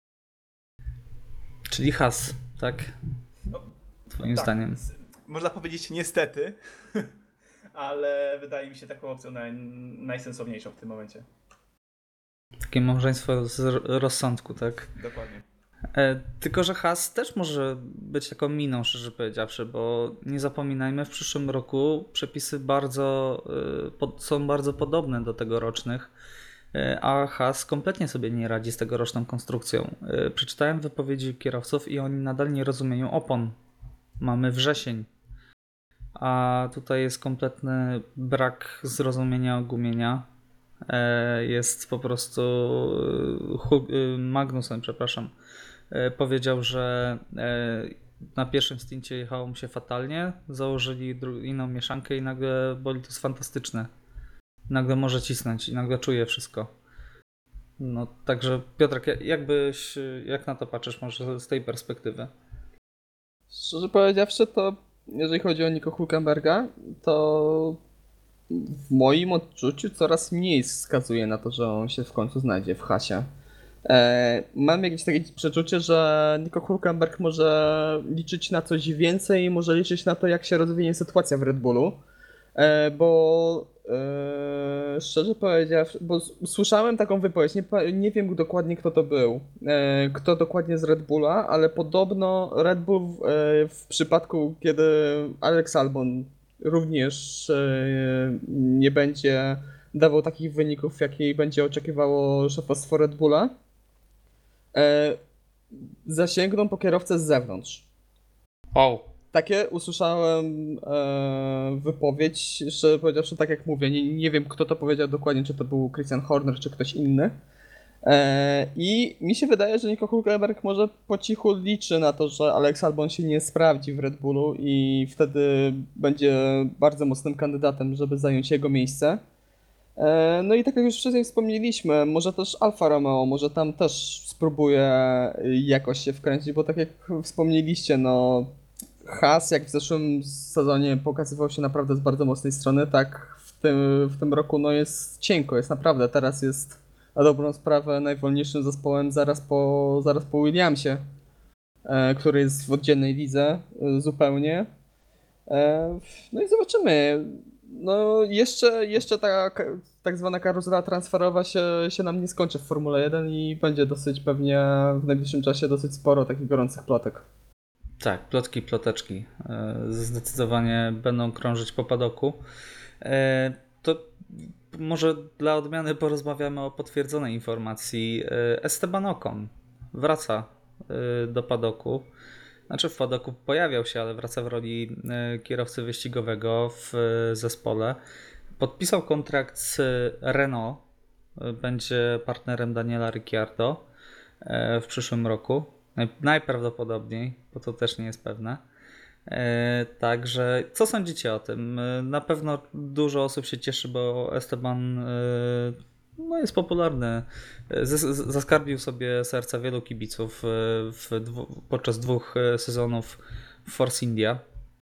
Czyli Haas, tak? Twoim zdaniem. Można powiedzieć niestety, ale wydaje mi się taką opcją najsensowniejszą w tym momencie. Takie małżeństwo z rozsądku, tak? Dokładnie. Tylko, że Haas też może być taką miną, szczerze powiedziawszy, bo nie zapominajmy, w przyszłym roku przepisy są bardzo podobne do tegorocznych, a Haas kompletnie sobie nie radzi z tegoroczną konstrukcją. Przeczytałem wypowiedzi kierowców i oni nadal nie rozumieją opon. Mamy wrzesień, a tutaj jest kompletny brak zrozumienia gumienia. Jest po prostu Magnussen, przepraszam, powiedział, że na pierwszym stincie jechało mu się fatalnie, założyli inną mieszankę i nagle bolid to jest fantastyczne. Nagle może cisnąć i nagle czuje wszystko. No także Piotrek, jak na to patrzysz może z tej perspektywy? Szczerze powiedziawszy, to jeżeli chodzi o Nico Hülkenberga, to w moim odczuciu coraz mniej wskazuje na to, że on się w końcu znajdzie w Haasie. Mam jakieś takie przeczucie, że Nico Hülkenberg może liczyć na coś więcej i może liczyć na to, jak się rozwinie sytuacja w Red Bullu. Bo szczerze powiedziawszy, bo słyszałem taką wypowiedź, nie wiem dokładnie kto to był, kto dokładnie z Red Bulla, ale podobno Red Bull w przypadku, kiedy Alex Albon również nie będzie dawał takich wyników, jakie będzie oczekiwało szefostwo Red Bulla, e, zasięgną po kierowcę z zewnątrz. Wow. Takie usłyszałem wypowiedź, że powiedziawszy, tak jak mówię, nie wiem kto to powiedział dokładnie, czy to był Christian Horner, czy ktoś inny. I mi się wydaje, że Nico Hülkenberg może po cichu liczy na to, że Alex Albon się nie sprawdzi w Red Bullu i wtedy będzie bardzo mocnym kandydatem, żeby zająć jego miejsce. No i tak jak już wcześniej wspomnieliśmy, może też Alfa Romeo, może tam też spróbuje jakoś się wkręcić, bo tak jak wspomnieliście, no Haas jak w zeszłym sezonie pokazywał się naprawdę z bardzo mocnej strony, tak w tym roku no jest cienko, jest naprawdę, teraz jest na dobrą sprawę najwolniejszym zespołem zaraz po Williamsie, który jest w oddzielnej lidze zupełnie. No i zobaczymy. No jeszcze ta tak zwana karuzela transferowa się nam nie skończy w Formule 1 i będzie dosyć pewnie w najbliższym czasie dosyć sporo takich gorących plotek. Tak, plotki, ploteczki zdecydowanie będą krążyć po padoku. To może dla odmiany porozmawiamy o potwierdzonej informacji. Esteban Ocon wraca do padoku. Znaczy w padoku pojawiał się, ale wraca w roli kierowcy wyścigowego w zespole. Podpisał kontrakt z Renault. Będzie partnerem Daniela Ricciardo w przyszłym roku. Najprawdopodobniej, bo to też nie jest pewne. Także co sądzicie o tym? Na pewno dużo osób się cieszy, bo Esteban no jest popularny. Zaskarbił sobie serca wielu kibiców podczas 2 sezonów w Force India.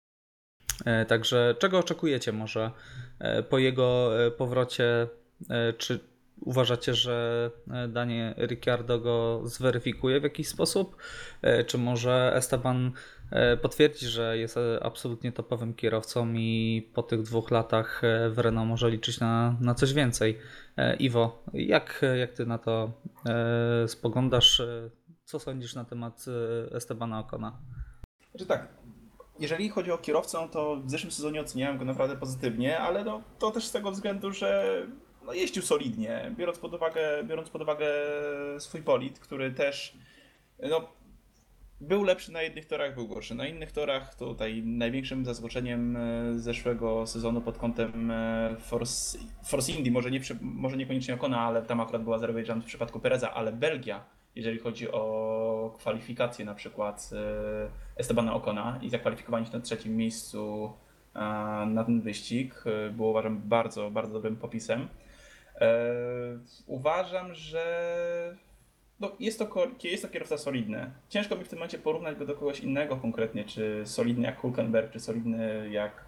Także czego oczekujecie może po jego powrocie? Czy uważacie, że Daniel Ricciardo go zweryfikuje w jakiś sposób? Czy może Esteban potwierdzi, że jest absolutnie topowym kierowcą i po tych 2 latach w Renault może liczyć na coś więcej? Iwo, jak ty na to spoglądasz? Co sądzisz na temat Estebana Ocona? Znaczy tak, jeżeli chodzi o kierowcę, to w zeszłym sezonie oceniałem go naprawdę pozytywnie, ale no, to też z tego względu, że no, jeździł solidnie, biorąc pod uwagę swój bolid, który też no, był lepszy na jednych torach, był gorszy na innych torach. Tutaj największym zaskoczeniem zeszłego sezonu pod kątem Force Indy, może niekoniecznie Ocona, ale tam akurat był Azerbejdżan w przypadku Pereza, ale Belgia, jeżeli chodzi o kwalifikacje na przykład Estebana Ocona i zakwalifikowanie się na 3. miejscu na ten wyścig, było uważam bardzo, bardzo dobrym popisem. Uważam, że no, jest to kierowca solidny. Ciężko mi w tym momencie porównać go do kogoś innego konkretnie, czy solidny jak Hülkenberg, czy solidny jak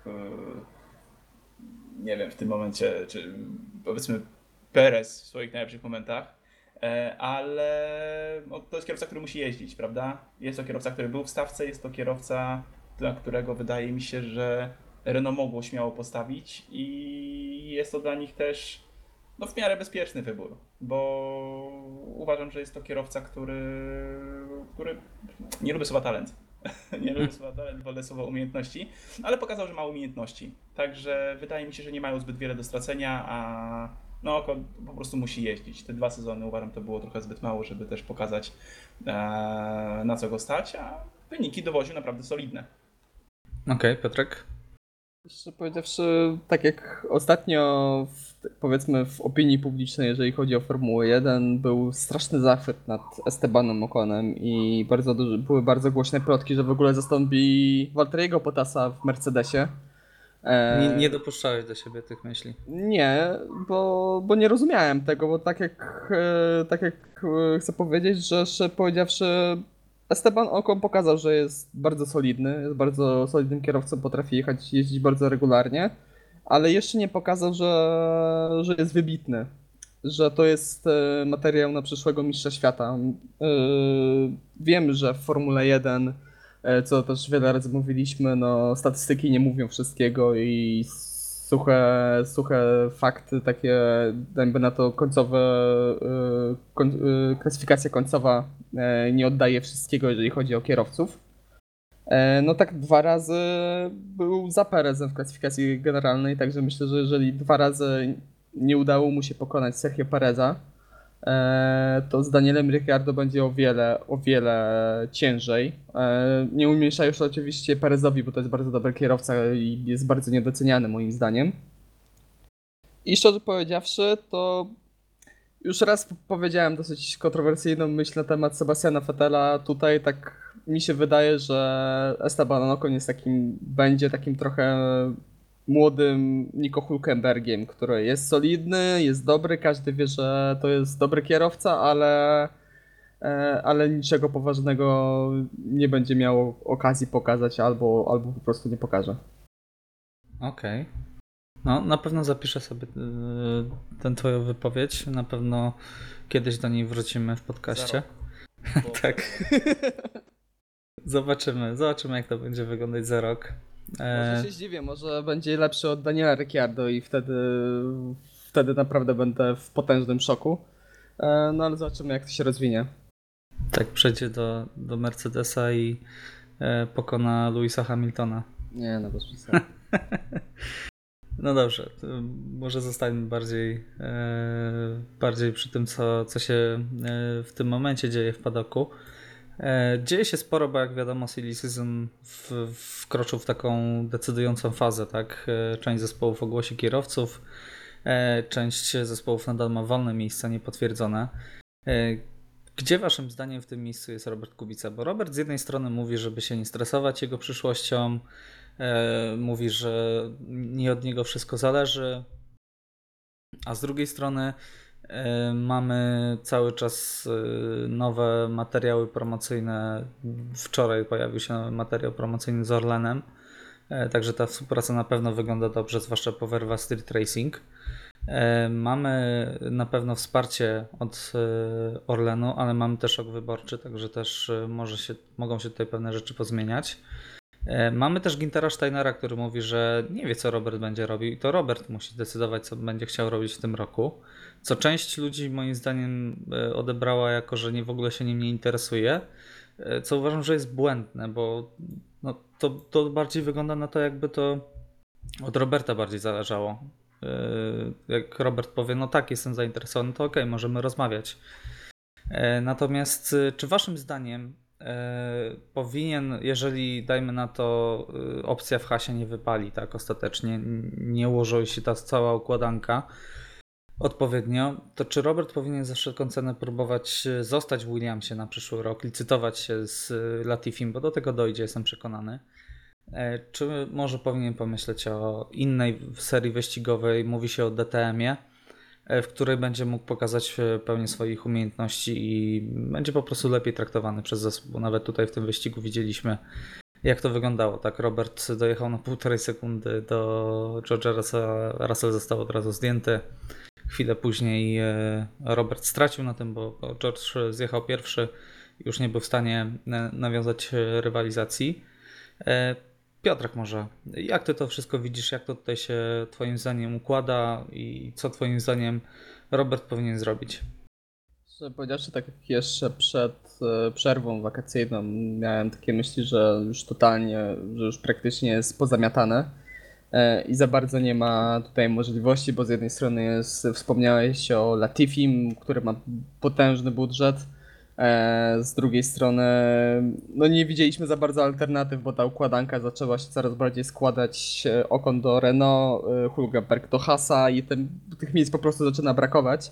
nie wiem w tym momencie, czy powiedzmy Perez w swoich najlepszych momentach, ale no, to jest kierowca, który musi jeździć, prawda? Jest to kierowca, który był w stawce, jest to kierowca, dla którego wydaje mi się, że Renault mogło śmiało postawić i jest to dla nich też no, w miarę bezpieczny wybór, bo uważam, że jest to kierowca, który nie lubię słowa talent. Nie lubię słowa talent, wolę słowa umiejętności, ale pokazał, że ma umiejętności. Także wydaje mi się, że nie mają zbyt wiele do stracenia, a no Ocon po prostu musi jeździć. Te 2 sezony uważam, to było trochę zbyt mało, żeby też pokazać na co go stać, a wyniki dowoził naprawdę solidne. Okej, Piotrek? Jeszcze powiedziawszy, tak jak ostatnio, powiedzmy w opinii publicznej, jeżeli chodzi o Formułę 1, był straszny zachwyt nad Estebanem Oconem i były bardzo głośne plotki, że w ogóle zastąpi Valtteriego Bottasa w Mercedesie. Nie dopuszczałeś do siebie tych myśli. Nie, bo nie rozumiałem tego, bo tak jak chcę powiedzieć, że powiedziawszy, Esteban Ocon pokazał, że jest bardzo solidny, jest bardzo solidnym kierowcą, potrafi jeździć bardzo regularnie, ale jeszcze nie pokazał, że jest wybitny. że to jest materiał na przyszłego mistrza świata. Wiem, że w Formule 1, co też wiele razy mówiliśmy, no statystyki nie mówią wszystkiego i suche fakty, takie jakby na to końcowe, klasyfikacja końcowa nie oddaje wszystkiego, jeżeli chodzi o kierowców. No tak 2 razy był za Perezem w klasyfikacji generalnej, także myślę, że jeżeli 2 razy nie udało mu się pokonać Sergio Pereza, to z Danielem Ricciardo będzie o wiele ciężej. Nie umniejszając oczywiście Perezowi, bo to jest bardzo dobry kierowca i jest bardzo niedoceniany moim zdaniem. I szczerze powiedziawszy, to już raz powiedziałem dosyć kontrowersyjną myśl na temat Sebastiana Vettela. Tutaj tak mi się wydaje, że Esteban Ocon będzie takim trochę młodym Nico Hülkenbergiem, który jest solidny, jest dobry, każdy wie, że to jest dobry kierowca, ale niczego poważnego nie będzie miał okazji pokazać albo po prostu nie pokaże. Okej. No, na pewno zapiszę sobie tę twoją wypowiedź. Na pewno kiedyś do niej wrócimy w podcaście. Tak. Zobaczymy, jak to będzie wyglądać za rok. Może się zdziwię, może będzie lepszy od Daniela Ricciardo i wtedy naprawdę będę w potężnym szoku. No ale zobaczymy, jak to się rozwinie. Tak, przejdzie do Mercedesa i pokona Lewisa Hamiltona. Nie, no bez przesady. No dobrze, to może zostańmy bardziej przy tym, co się w tym momencie dzieje w padoku. Dzieje się sporo, bo jak wiadomo, silly season wkroczył w taką decydującą fazę, tak? Część zespołów ogłosi kierowców, część zespołów nadal ma wolne miejsca niepotwierdzone. Gdzie waszym zdaniem w tym miejscu jest Robert Kubica? Bo Robert z jednej strony mówi, żeby się nie stresować jego przyszłością, mówi, że nie od niego wszystko zależy, a z drugiej strony mamy cały czas nowe materiały promocyjne. Wczoraj pojawił się nowy materiał promocyjny z Orlenem, także ta współpraca na pewno wygląda dobrze, zwłaszcza po Verva Street Racing. Mamy na pewno wsparcie od Orlenu, ale mamy też rok wyborczy, także też mogą się tutaj pewne rzeczy pozmieniać. Mamy też Güntera Steinera, który mówi, że nie wie, co Robert będzie robił i to Robert musi decydować, co będzie chciał robić w tym roku. Co część ludzi moim zdaniem odebrała jako, że w ogóle się nim nie interesuje, co uważam, że jest błędne, bo no, to bardziej wygląda na to, jakby to od Roberta bardziej zależało. Jak Robert powie, no tak, jestem zainteresowany, to okej, możemy rozmawiać. Natomiast czy waszym zdaniem powinien, jeżeli dajmy na to opcja w hasie nie wypali, tak ostatecznie, nie ułoży się ta cała układanka odpowiednio, to czy Robert powinien za wszelką cenę próbować zostać w Williamsie na przyszły rok, licytować się z Latifim, bo do tego dojdzie, jestem przekonany. Czy może powinien pomyśleć o innej serii wyścigowej, mówi się o DTM-ie, w której będzie mógł pokazać pełnię swoich umiejętności i będzie po prostu lepiej traktowany przez zespół. Nawet tutaj w tym wyścigu widzieliśmy, jak to wyglądało. Tak, Robert dojechał na 1,5 sekundy do George'a Russella, Russell został od razu zdjęty. Chwilę później Robert stracił na tym, bo George zjechał pierwszy, już nie był w stanie nawiązać rywalizacji. Piotrek, może jak ty to wszystko widzisz, jak to tutaj się twoim zdaniem układa i co twoim zdaniem Robert powinien zrobić? Szczerze powiedziawszy, tak jak jeszcze przed przerwą wakacyjną miałem takie myśli, że już praktycznie jest pozamiatane i za bardzo nie ma tutaj możliwości, bo z jednej strony wspomniałeś o Latifim, który ma potężny budżet, z drugiej strony no nie widzieliśmy za bardzo alternatyw, bo ta układanka zaczęła się coraz bardziej składać, Ocon do Renault, Hülkenberg do Haasa i tych miejsc po prostu zaczyna brakować.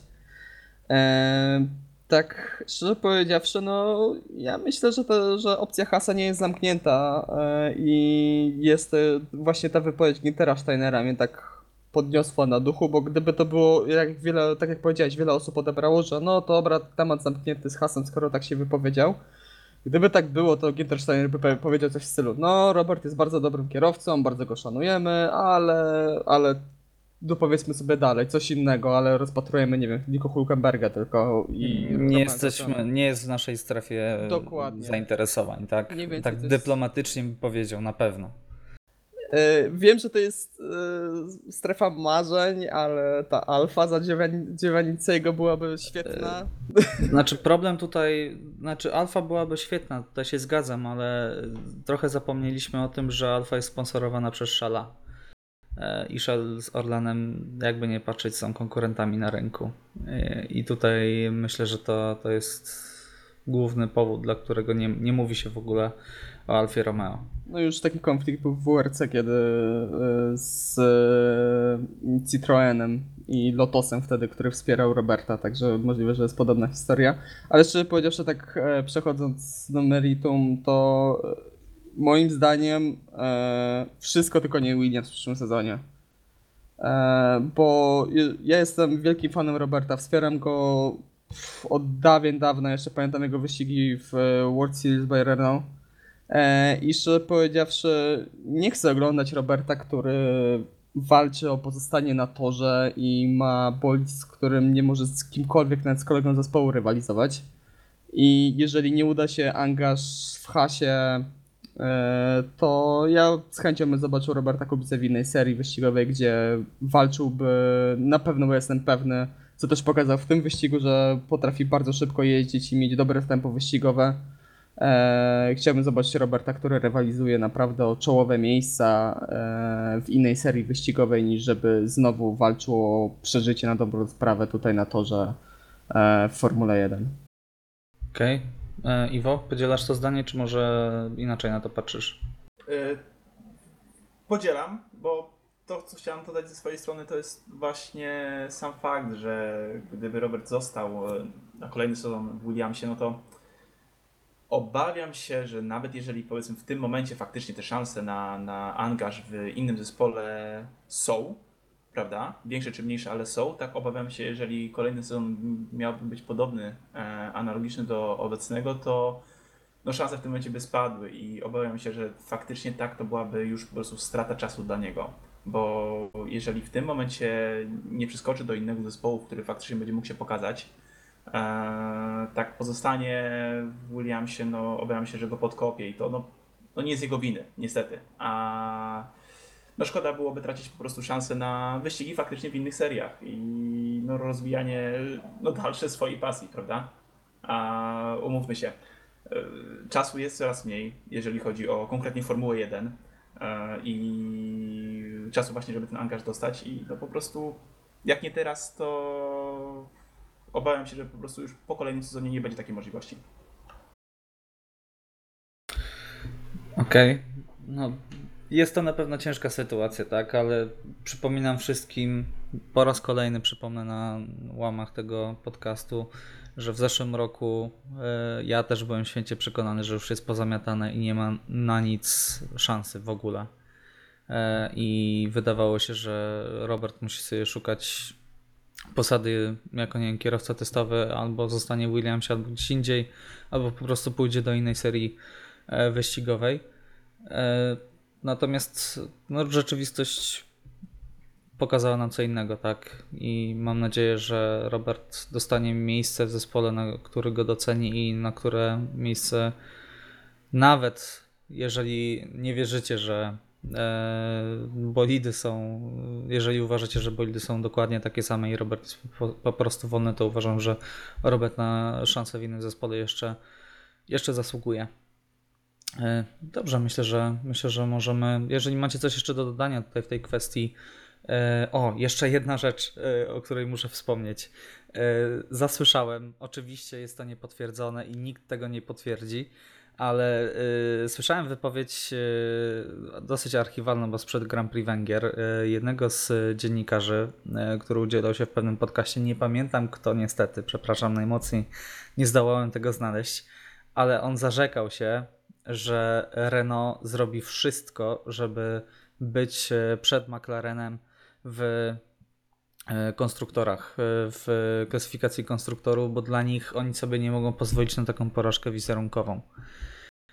Tak szczerze powiedziawszy, no ja myślę, że opcja Haasa nie jest zamknięta i jest właśnie ta wypowiedź Güntera Steinera mnie tak podniosła na duchu, bo gdyby to było, tak jak powiedziałeś, wiele osób odebrało, że no to dobra, temat zamknięty z Haasem, skoro tak się wypowiedział. Gdyby tak było, to Günther Steiner by powiedział coś w stylu, no Robert jest bardzo dobrym kierowcą, bardzo go szanujemy, ale dopowiedzmy sobie dalej, coś innego, ale rozpatrujemy, nie wiem, Nico Hülkenberga tylko i Nie jest w naszej strefie Dokładnie. zainteresowań, tak? Mniej więcej Tak to jest- dyplomatycznie bym powiedział, na pewno. Wiem, że to jest strefa marzeń, ale ta alfa za Giovanniciego byłaby świetna. Alfa byłaby świetna, tutaj się zgadzam, ale trochę zapomnieliśmy o tym, że Alfa jest sponsorowana przez Shala. I Shell z Orlenem, jakby nie patrzeć, są konkurentami na rynku. I tutaj myślę, że to jest główny powód, dla którego nie mówi się w ogóle o Alfie Romeo. No już taki konflikt był w WRC, kiedy z Citroenem i Lotosem wtedy, który wspierał Roberta, także możliwe, że jest podobna historia. Ale szczerze powiedziawszy, tak przechodząc do meritum, to moim zdaniem wszystko tylko nie Williams w przyszłym sezonie. Bo ja jestem wielkim fanem Roberta, wspieram go od dawien dawna, jeszcze pamiętam jego wyścigi w World Series by Renault. I szczerze powiedziawszy, nie chcę oglądać Roberta, który walczy o pozostanie na torze i ma bolid, z którym nie może z kimkolwiek, nawet z kolegą zespołu rywalizować. I jeżeli nie uda się angaż w hasie, to ja z chęcią bym zobaczył Roberta Kubicę w innej serii wyścigowej, gdzie walczyłby na pewno, bo jestem pewny, co też pokazał w tym wyścigu, że potrafi bardzo szybko jeździć i mieć dobre tempo wyścigowe. Chciałbym zobaczyć Roberta, który rywalizuje naprawdę o czołowe miejsca w innej serii wyścigowej, niż żeby znowu walczył o przeżycie na dobrą sprawę tutaj na torze w Formule 1. Okej. Iwo, podzielasz to zdanie, czy może inaczej na to patrzysz? Podzielam, bo to, co chciałem dodać ze swojej strony, to jest właśnie sam fakt, że gdyby Robert został na kolejny sezon w Williamsie, no to obawiam się, że nawet jeżeli powiedzmy w tym momencie faktycznie te szanse na angaż w innym zespole są, prawda, większe czy mniejsze, ale są, tak obawiam się, jeżeli kolejny sezon miałby być podobny, analogiczny do obecnego, to no szanse w tym momencie by spadły i obawiam się, że faktycznie tak to byłaby już po prostu strata czasu dla niego. Bo jeżeli w tym momencie nie przeskoczy do innego zespołu, który faktycznie będzie mógł się pokazać, tak pozostanie w Williamsie, no obawiam się, że go podkopie i to no nie jest jego winy, niestety. A no szkoda byłoby tracić po prostu szansę na wyścigi faktycznie w innych seriach i no rozwijanie no dalsze swojej pasji, prawda? A umówmy się, czasu jest coraz mniej, jeżeli chodzi o konkretnie Formułę 1 i czasu właśnie, żeby ten angaż dostać i no po prostu jak nie teraz, to obawiam się, że po prostu już po kolejnym sezonie nie będzie takiej możliwości. Okej. No, jest to na pewno ciężka sytuacja, tak, ale przypominam wszystkim, po raz kolejny przypomnę na łamach tego podcastu, że w zeszłym roku ja też byłem święcie przekonany, że już jest pozamiatane i nie ma na nic szansy w ogóle. I wydawało się, że Robert musi sobie szukać posady jako, nie wiem, kierowca testowy, albo zostanie w Williamsie, albo gdzieś indziej, albo po prostu pójdzie do innej serii wyścigowej. Natomiast no, rzeczywistość pokazała nam co innego, tak? I mam nadzieję, że Robert dostanie miejsce w zespole, na który go doceni i na które miejsce, nawet jeżeli nie wierzycie, że bolidy są, jeżeli uważacie, że bolidy są dokładnie takie same i Robert jest po prostu wolny, to uważam, że Robert na szansę w innym zespole jeszcze zasługuje. Dobrze, myślę, że możemy, jeżeli macie coś jeszcze do dodania tutaj w tej kwestii. Jeszcze jedna rzecz, o której muszę wspomnieć. Zasłyszałem, oczywiście jest to niepotwierdzone i nikt tego nie potwierdzi, ale słyszałem wypowiedź dosyć archiwalną, bo sprzed Grand Prix Węgier, jednego z dziennikarzy, który udzielał się w pewnym podcaście. Nie pamiętam kto, niestety, przepraszam najmocniej, nie zdołałem tego znaleźć, ale on zarzekał się, że Renault zrobi wszystko, żeby być przed McLarenem w konstruktorach, w klasyfikacji konstruktorów, bo dla nich oni sobie nie mogą pozwolić na taką porażkę wizerunkową.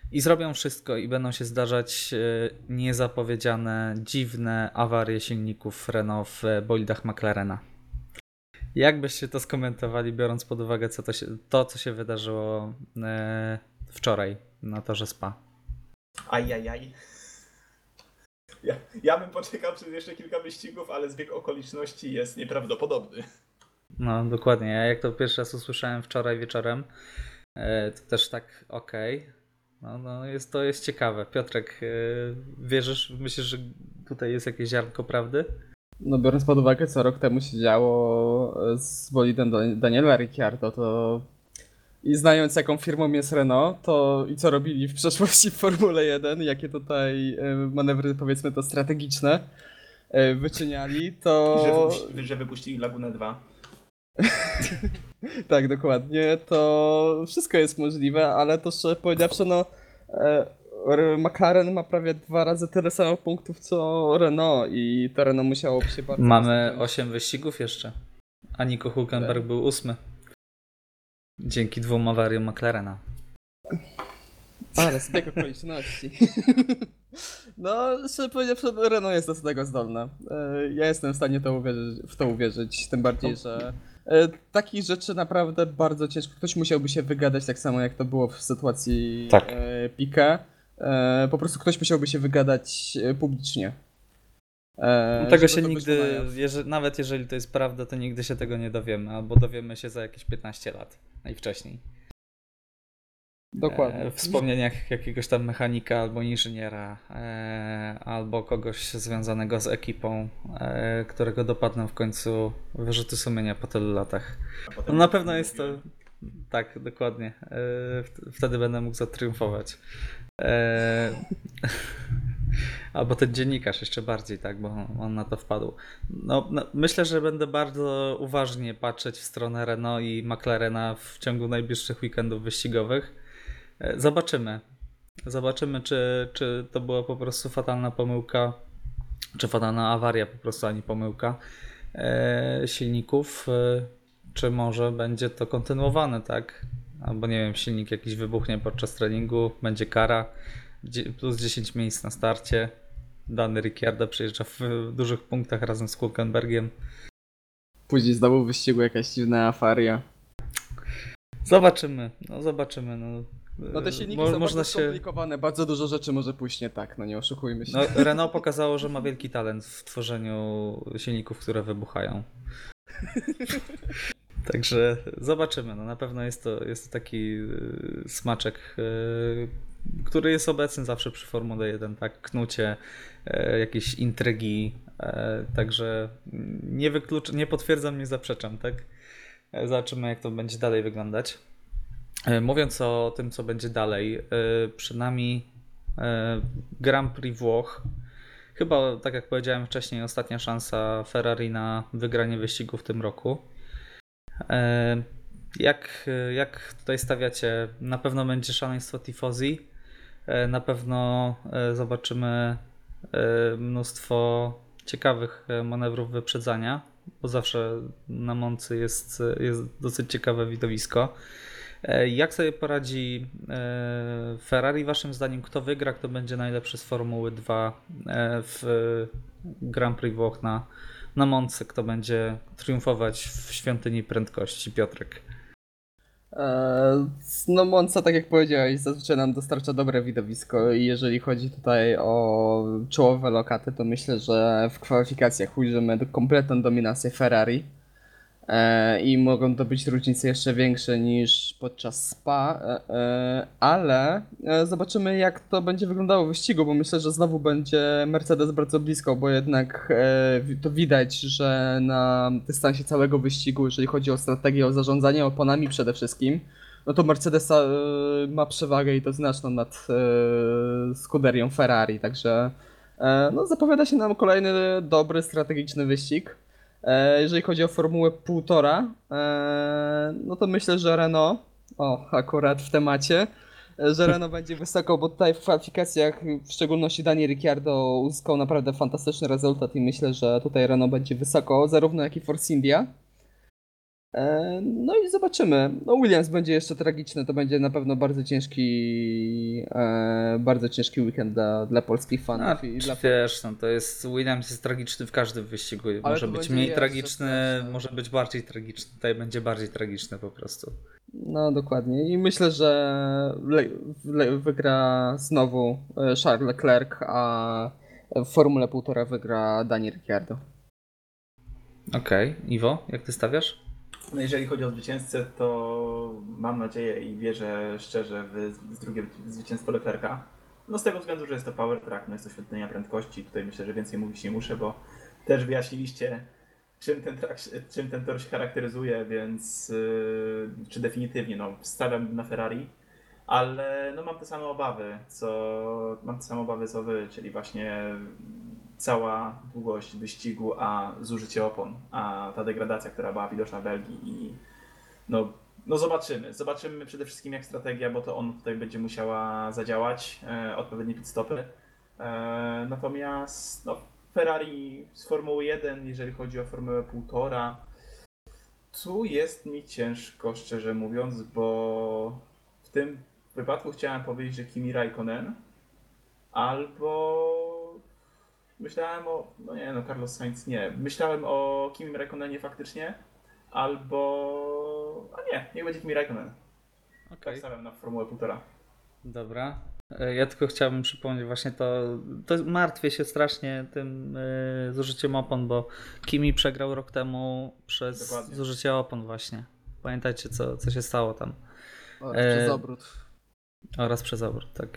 I zrobią wszystko i będą się zdarzać niezapowiedziane, dziwne awarie silników Renault w bolidach McLarena. Jak byście to skomentowali, biorąc pod uwagę co się wydarzyło wczoraj na torze Spa? Ajajaj. Ja bym poczekał przez jeszcze kilka wyścigów, ale zbieg okoliczności jest nieprawdopodobny. No dokładnie, ja jak to pierwszy raz usłyszałem wczoraj wieczorem, to też tak okej. No to jest ciekawe. Piotrek, wierzysz, myślisz, że tutaj jest jakieś ziarnko prawdy? No biorąc pod uwagę, co rok temu się działo z bolidem Daniela Ricciardo, to i znając jaką firmą jest Renault, to i co robili w przeszłości w Formule 1, jakie tutaj manewry, powiedzmy to strategiczne wyczyniali, to... Że wypuścili Lagunę 2. Tak, dokładnie, to wszystko jest możliwe, ale to szczerze powiedziawszy, no McLaren ma prawie 2 razy tyle samo punktów co Renault i to Renault musiałoby się bardzo... Mamy mocno 8 wyścigów jeszcze, a Nico Hülkenberg był 8. Dzięki 2 awariom McLarena. Ale zbieg okoliczności. No, szczerze powiedziawszy, Renault jest do tego zdolne. Ja jestem w stanie w to uwierzyć, tym bardziej, że takich rzeczy naprawdę bardzo ciężko. Ktoś musiałby się wygadać, tak samo jak to było w sytuacji Tak. Piquet. Po prostu ktoś musiałby się wygadać publicznie. Tego żeby się to nigdy, wyszło na jaw. nawet jeżeli to jest prawda, to nigdy się tego nie dowiemy, albo dowiemy się za jakieś 15 lat, najwcześniej. Dokładnie. W wspomnieniach jakiegoś tam mechanika albo inżyniera, albo kogoś związanego z ekipą, którego dopadną w końcu wyrzuty sumienia po tylu latach. No na pewno jest to... Tak, dokładnie. Wtedy będę mógł zatriumfować. Albo ten dziennikarz jeszcze bardziej, tak, bo on na to wpadł. No, myślę, że będę bardzo uważnie patrzeć w stronę Renault i McLarena w ciągu najbliższych weekendów wyścigowych. Zobaczymy. Zobaczymy, czy to była po prostu fatalna pomyłka, czy fatalna awaria po prostu, a nie pomyłka silników, czy może będzie to kontynuowane, tak? Albo nie wiem, silnik jakiś wybuchnie podczas treningu, będzie kara, plus 10 miejsc na starcie. Dany Ricciardo przyjeżdża w dużych punktach razem z Hülkenbergiem. Później znowu w wyścigu jakaś dziwna awaria. Zobaczymy, zobaczymy. No te silniki są bardzo skomplikowane, bardzo dużo rzeczy może pójść nie tak, no nie oszukujmy się. No, Renault pokazało, że ma wielki talent w tworzeniu silników, które wybuchają. Także zobaczymy. No, na pewno jest to taki smaczek, który jest obecny zawsze przy Formule 1, tak? Knucie, jakieś intrygi. Także nie potwierdzam, nie zaprzeczam, tak? Zobaczymy, jak to będzie dalej wyglądać. Mówiąc o tym, co będzie dalej, przed nami Grand Prix Włoch. Chyba, tak jak powiedziałem wcześniej, ostatnia szansa Ferrari na wygranie wyścigu w tym roku. Jak tutaj stawiacie? Na pewno będzie szaleństwo tifosi. Na pewno zobaczymy mnóstwo ciekawych manewrów wyprzedzania, bo zawsze na Moncy jest dosyć ciekawe widowisko. Jak sobie poradzi Ferrari waszym zdaniem? Kto wygra? Kto będzie najlepszy z Formuły 2 w Grand Prix Włoch na Moncy? Kto będzie triumfować w świątyni prędkości? Piotrek. No Monza, tak jak powiedziałeś, zazwyczaj nam dostarcza dobre widowisko i jeżeli chodzi tutaj o czołowe lokaty, to myślę, że w kwalifikacjach ujrzymy kompletną dominację Ferrari i mogą to być różnice jeszcze większe niż podczas Spa, ale zobaczymy jak to będzie wyglądało w wyścigu, bo myślę, że znowu będzie Mercedes bardzo blisko, bo jednak to widać, że na dystansie całego wyścigu, jeżeli chodzi o strategię, o zarządzanie oponami przede wszystkim, no to Mercedes ma przewagę i to znaczną nad skuderią Ferrari, także no, zapowiada się nam kolejny dobry, strategiczny wyścig. Jeżeli chodzi o Formułę 1,5, no to myślę, że Renault, akurat w temacie, że Renault będzie wysoko, bo tutaj w kwalifikacjach, w szczególności Dani Ricciardo uzyskał naprawdę fantastyczny rezultat i myślę, że tutaj Renault będzie wysoko, zarówno jak i Force India. No i zobaczymy. No Williams będzie jeszcze tragiczny, to będzie na pewno bardzo ciężki weekend dla polskich No, fanów i dla... wiesz, no to jest, Williams jest tragiczny w każdym wyścigu. Ale Może to być będzie mniej jeszcze tragiczny, straszne. może być bardziej tragiczny. Tutaj będzie bardziej tragiczny po prostu. No dokładnie. I myślę, że wygra znowu Charles Leclerc, a w Formule 1,5 wygra Dani Ricciardo. Okej, Iwo, jak ty stawiasz? No jeżeli chodzi o zwycięzcę, to mam nadzieję i wierzę szczerze w drugie zwycięstwo Leclerca. No z tego względu, że jest to power track, no jest to świątynia prędkości. Tutaj myślę, że więcej mówić nie muszę, bo też wyjaśniliście, czym ten tor się charakteryzuje, więc czy definitywnie, no stawiam na Ferrari, ale no mam te same obawy co wy, czyli właśnie cała długość wyścigu, a zużycie opon, a ta degradacja, która była widoczna w Belgii i no zobaczymy. Zobaczymy przede wszystkim jak strategia, bo to on tutaj będzie musiała zadziałać, odpowiednie pit stopy. Natomiast no, Ferrari z Formuły 1, jeżeli chodzi o Formułę 1,5, tu jest mi ciężko, szczerze mówiąc, bo w tym wypadku chciałem powiedzieć, że Kimi Raikkonen, albo myślałem o, no nie no, Carlos Sainz nie. Myślałem o Kimi Raikkonenie faktycznie, albo, a nie, niech będzie Kimi Raikkonen. Tak stawiam na Formułę 1,5. Dobra. Ja tylko chciałbym przypomnieć właśnie to martwię się strasznie tym zużyciem opon, bo Kimi przegrał rok temu przez Dokładnie. zużycie opon właśnie. Pamiętajcie co się stało tam. Przez obrót. Oraz przez obrót, tak.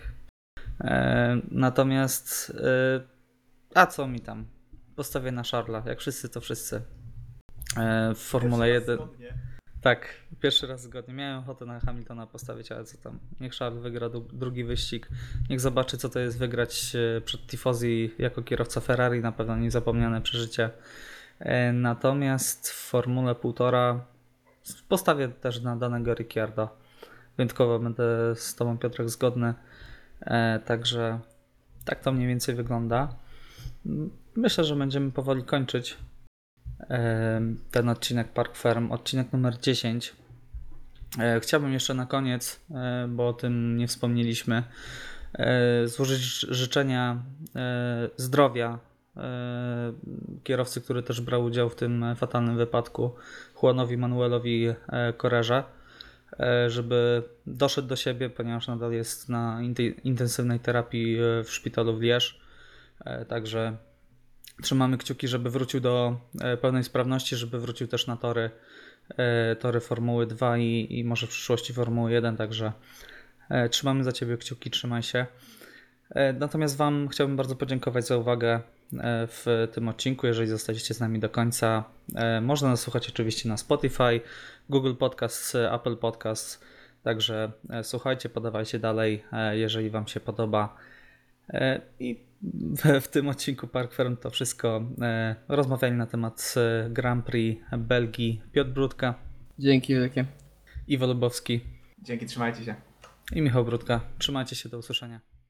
Natomiast a co mi tam? Postawię na Charlesa, jak wszyscy to wszyscy. W Formule 1. Tak, pierwszy raz zgodnie. Miałem ochotę na Hamiltona postawić, ale co tam. Niech Charles wygra drugi wyścig. Niech zobaczy, co to jest wygrać przed Tifosi jako kierowca Ferrari. Na pewno niezapomniane przeżycie. Natomiast w Formule 1,5 postawię też na danego Ricciardo. Wyjątkowo będę z tobą, Piotrek, zgodny. Także tak to mniej więcej wygląda. Myślę, że będziemy powoli kończyć ten odcinek Park Ferm, odcinek numer 10. Chciałbym jeszcze na koniec, bo o tym nie wspomnieliśmy, złożyć życzenia zdrowia kierowcy, który też brał udział w tym fatalnym wypadku, Juanowi Manuelowi Correrze, żeby doszedł do siebie, ponieważ nadal jest na intensywnej terapii w szpitalu w Liège. Także trzymamy kciuki, żeby wrócił do pełnej sprawności, żeby wrócił też na tory Formuły 2 i może w przyszłości Formuły 1, także trzymamy za Ciebie kciuki, trzymaj się. Natomiast Wam chciałbym bardzo podziękować za uwagę w tym odcinku, jeżeli zostaliście z nami do końca. Można nas słuchać oczywiście na Spotify, Google Podcasts, Apple Podcasts, także słuchajcie, podawajcie dalej, jeżeli Wam się podoba. I w tym odcinku Park Ferm to wszystko. Rozmawiali na temat Grand Prix Belgii Piotr Brudka. Dzięki wielkie. Iwo Lubowski. Dzięki, trzymajcie się. I Michał Brudka. Trzymajcie się, do usłyszenia.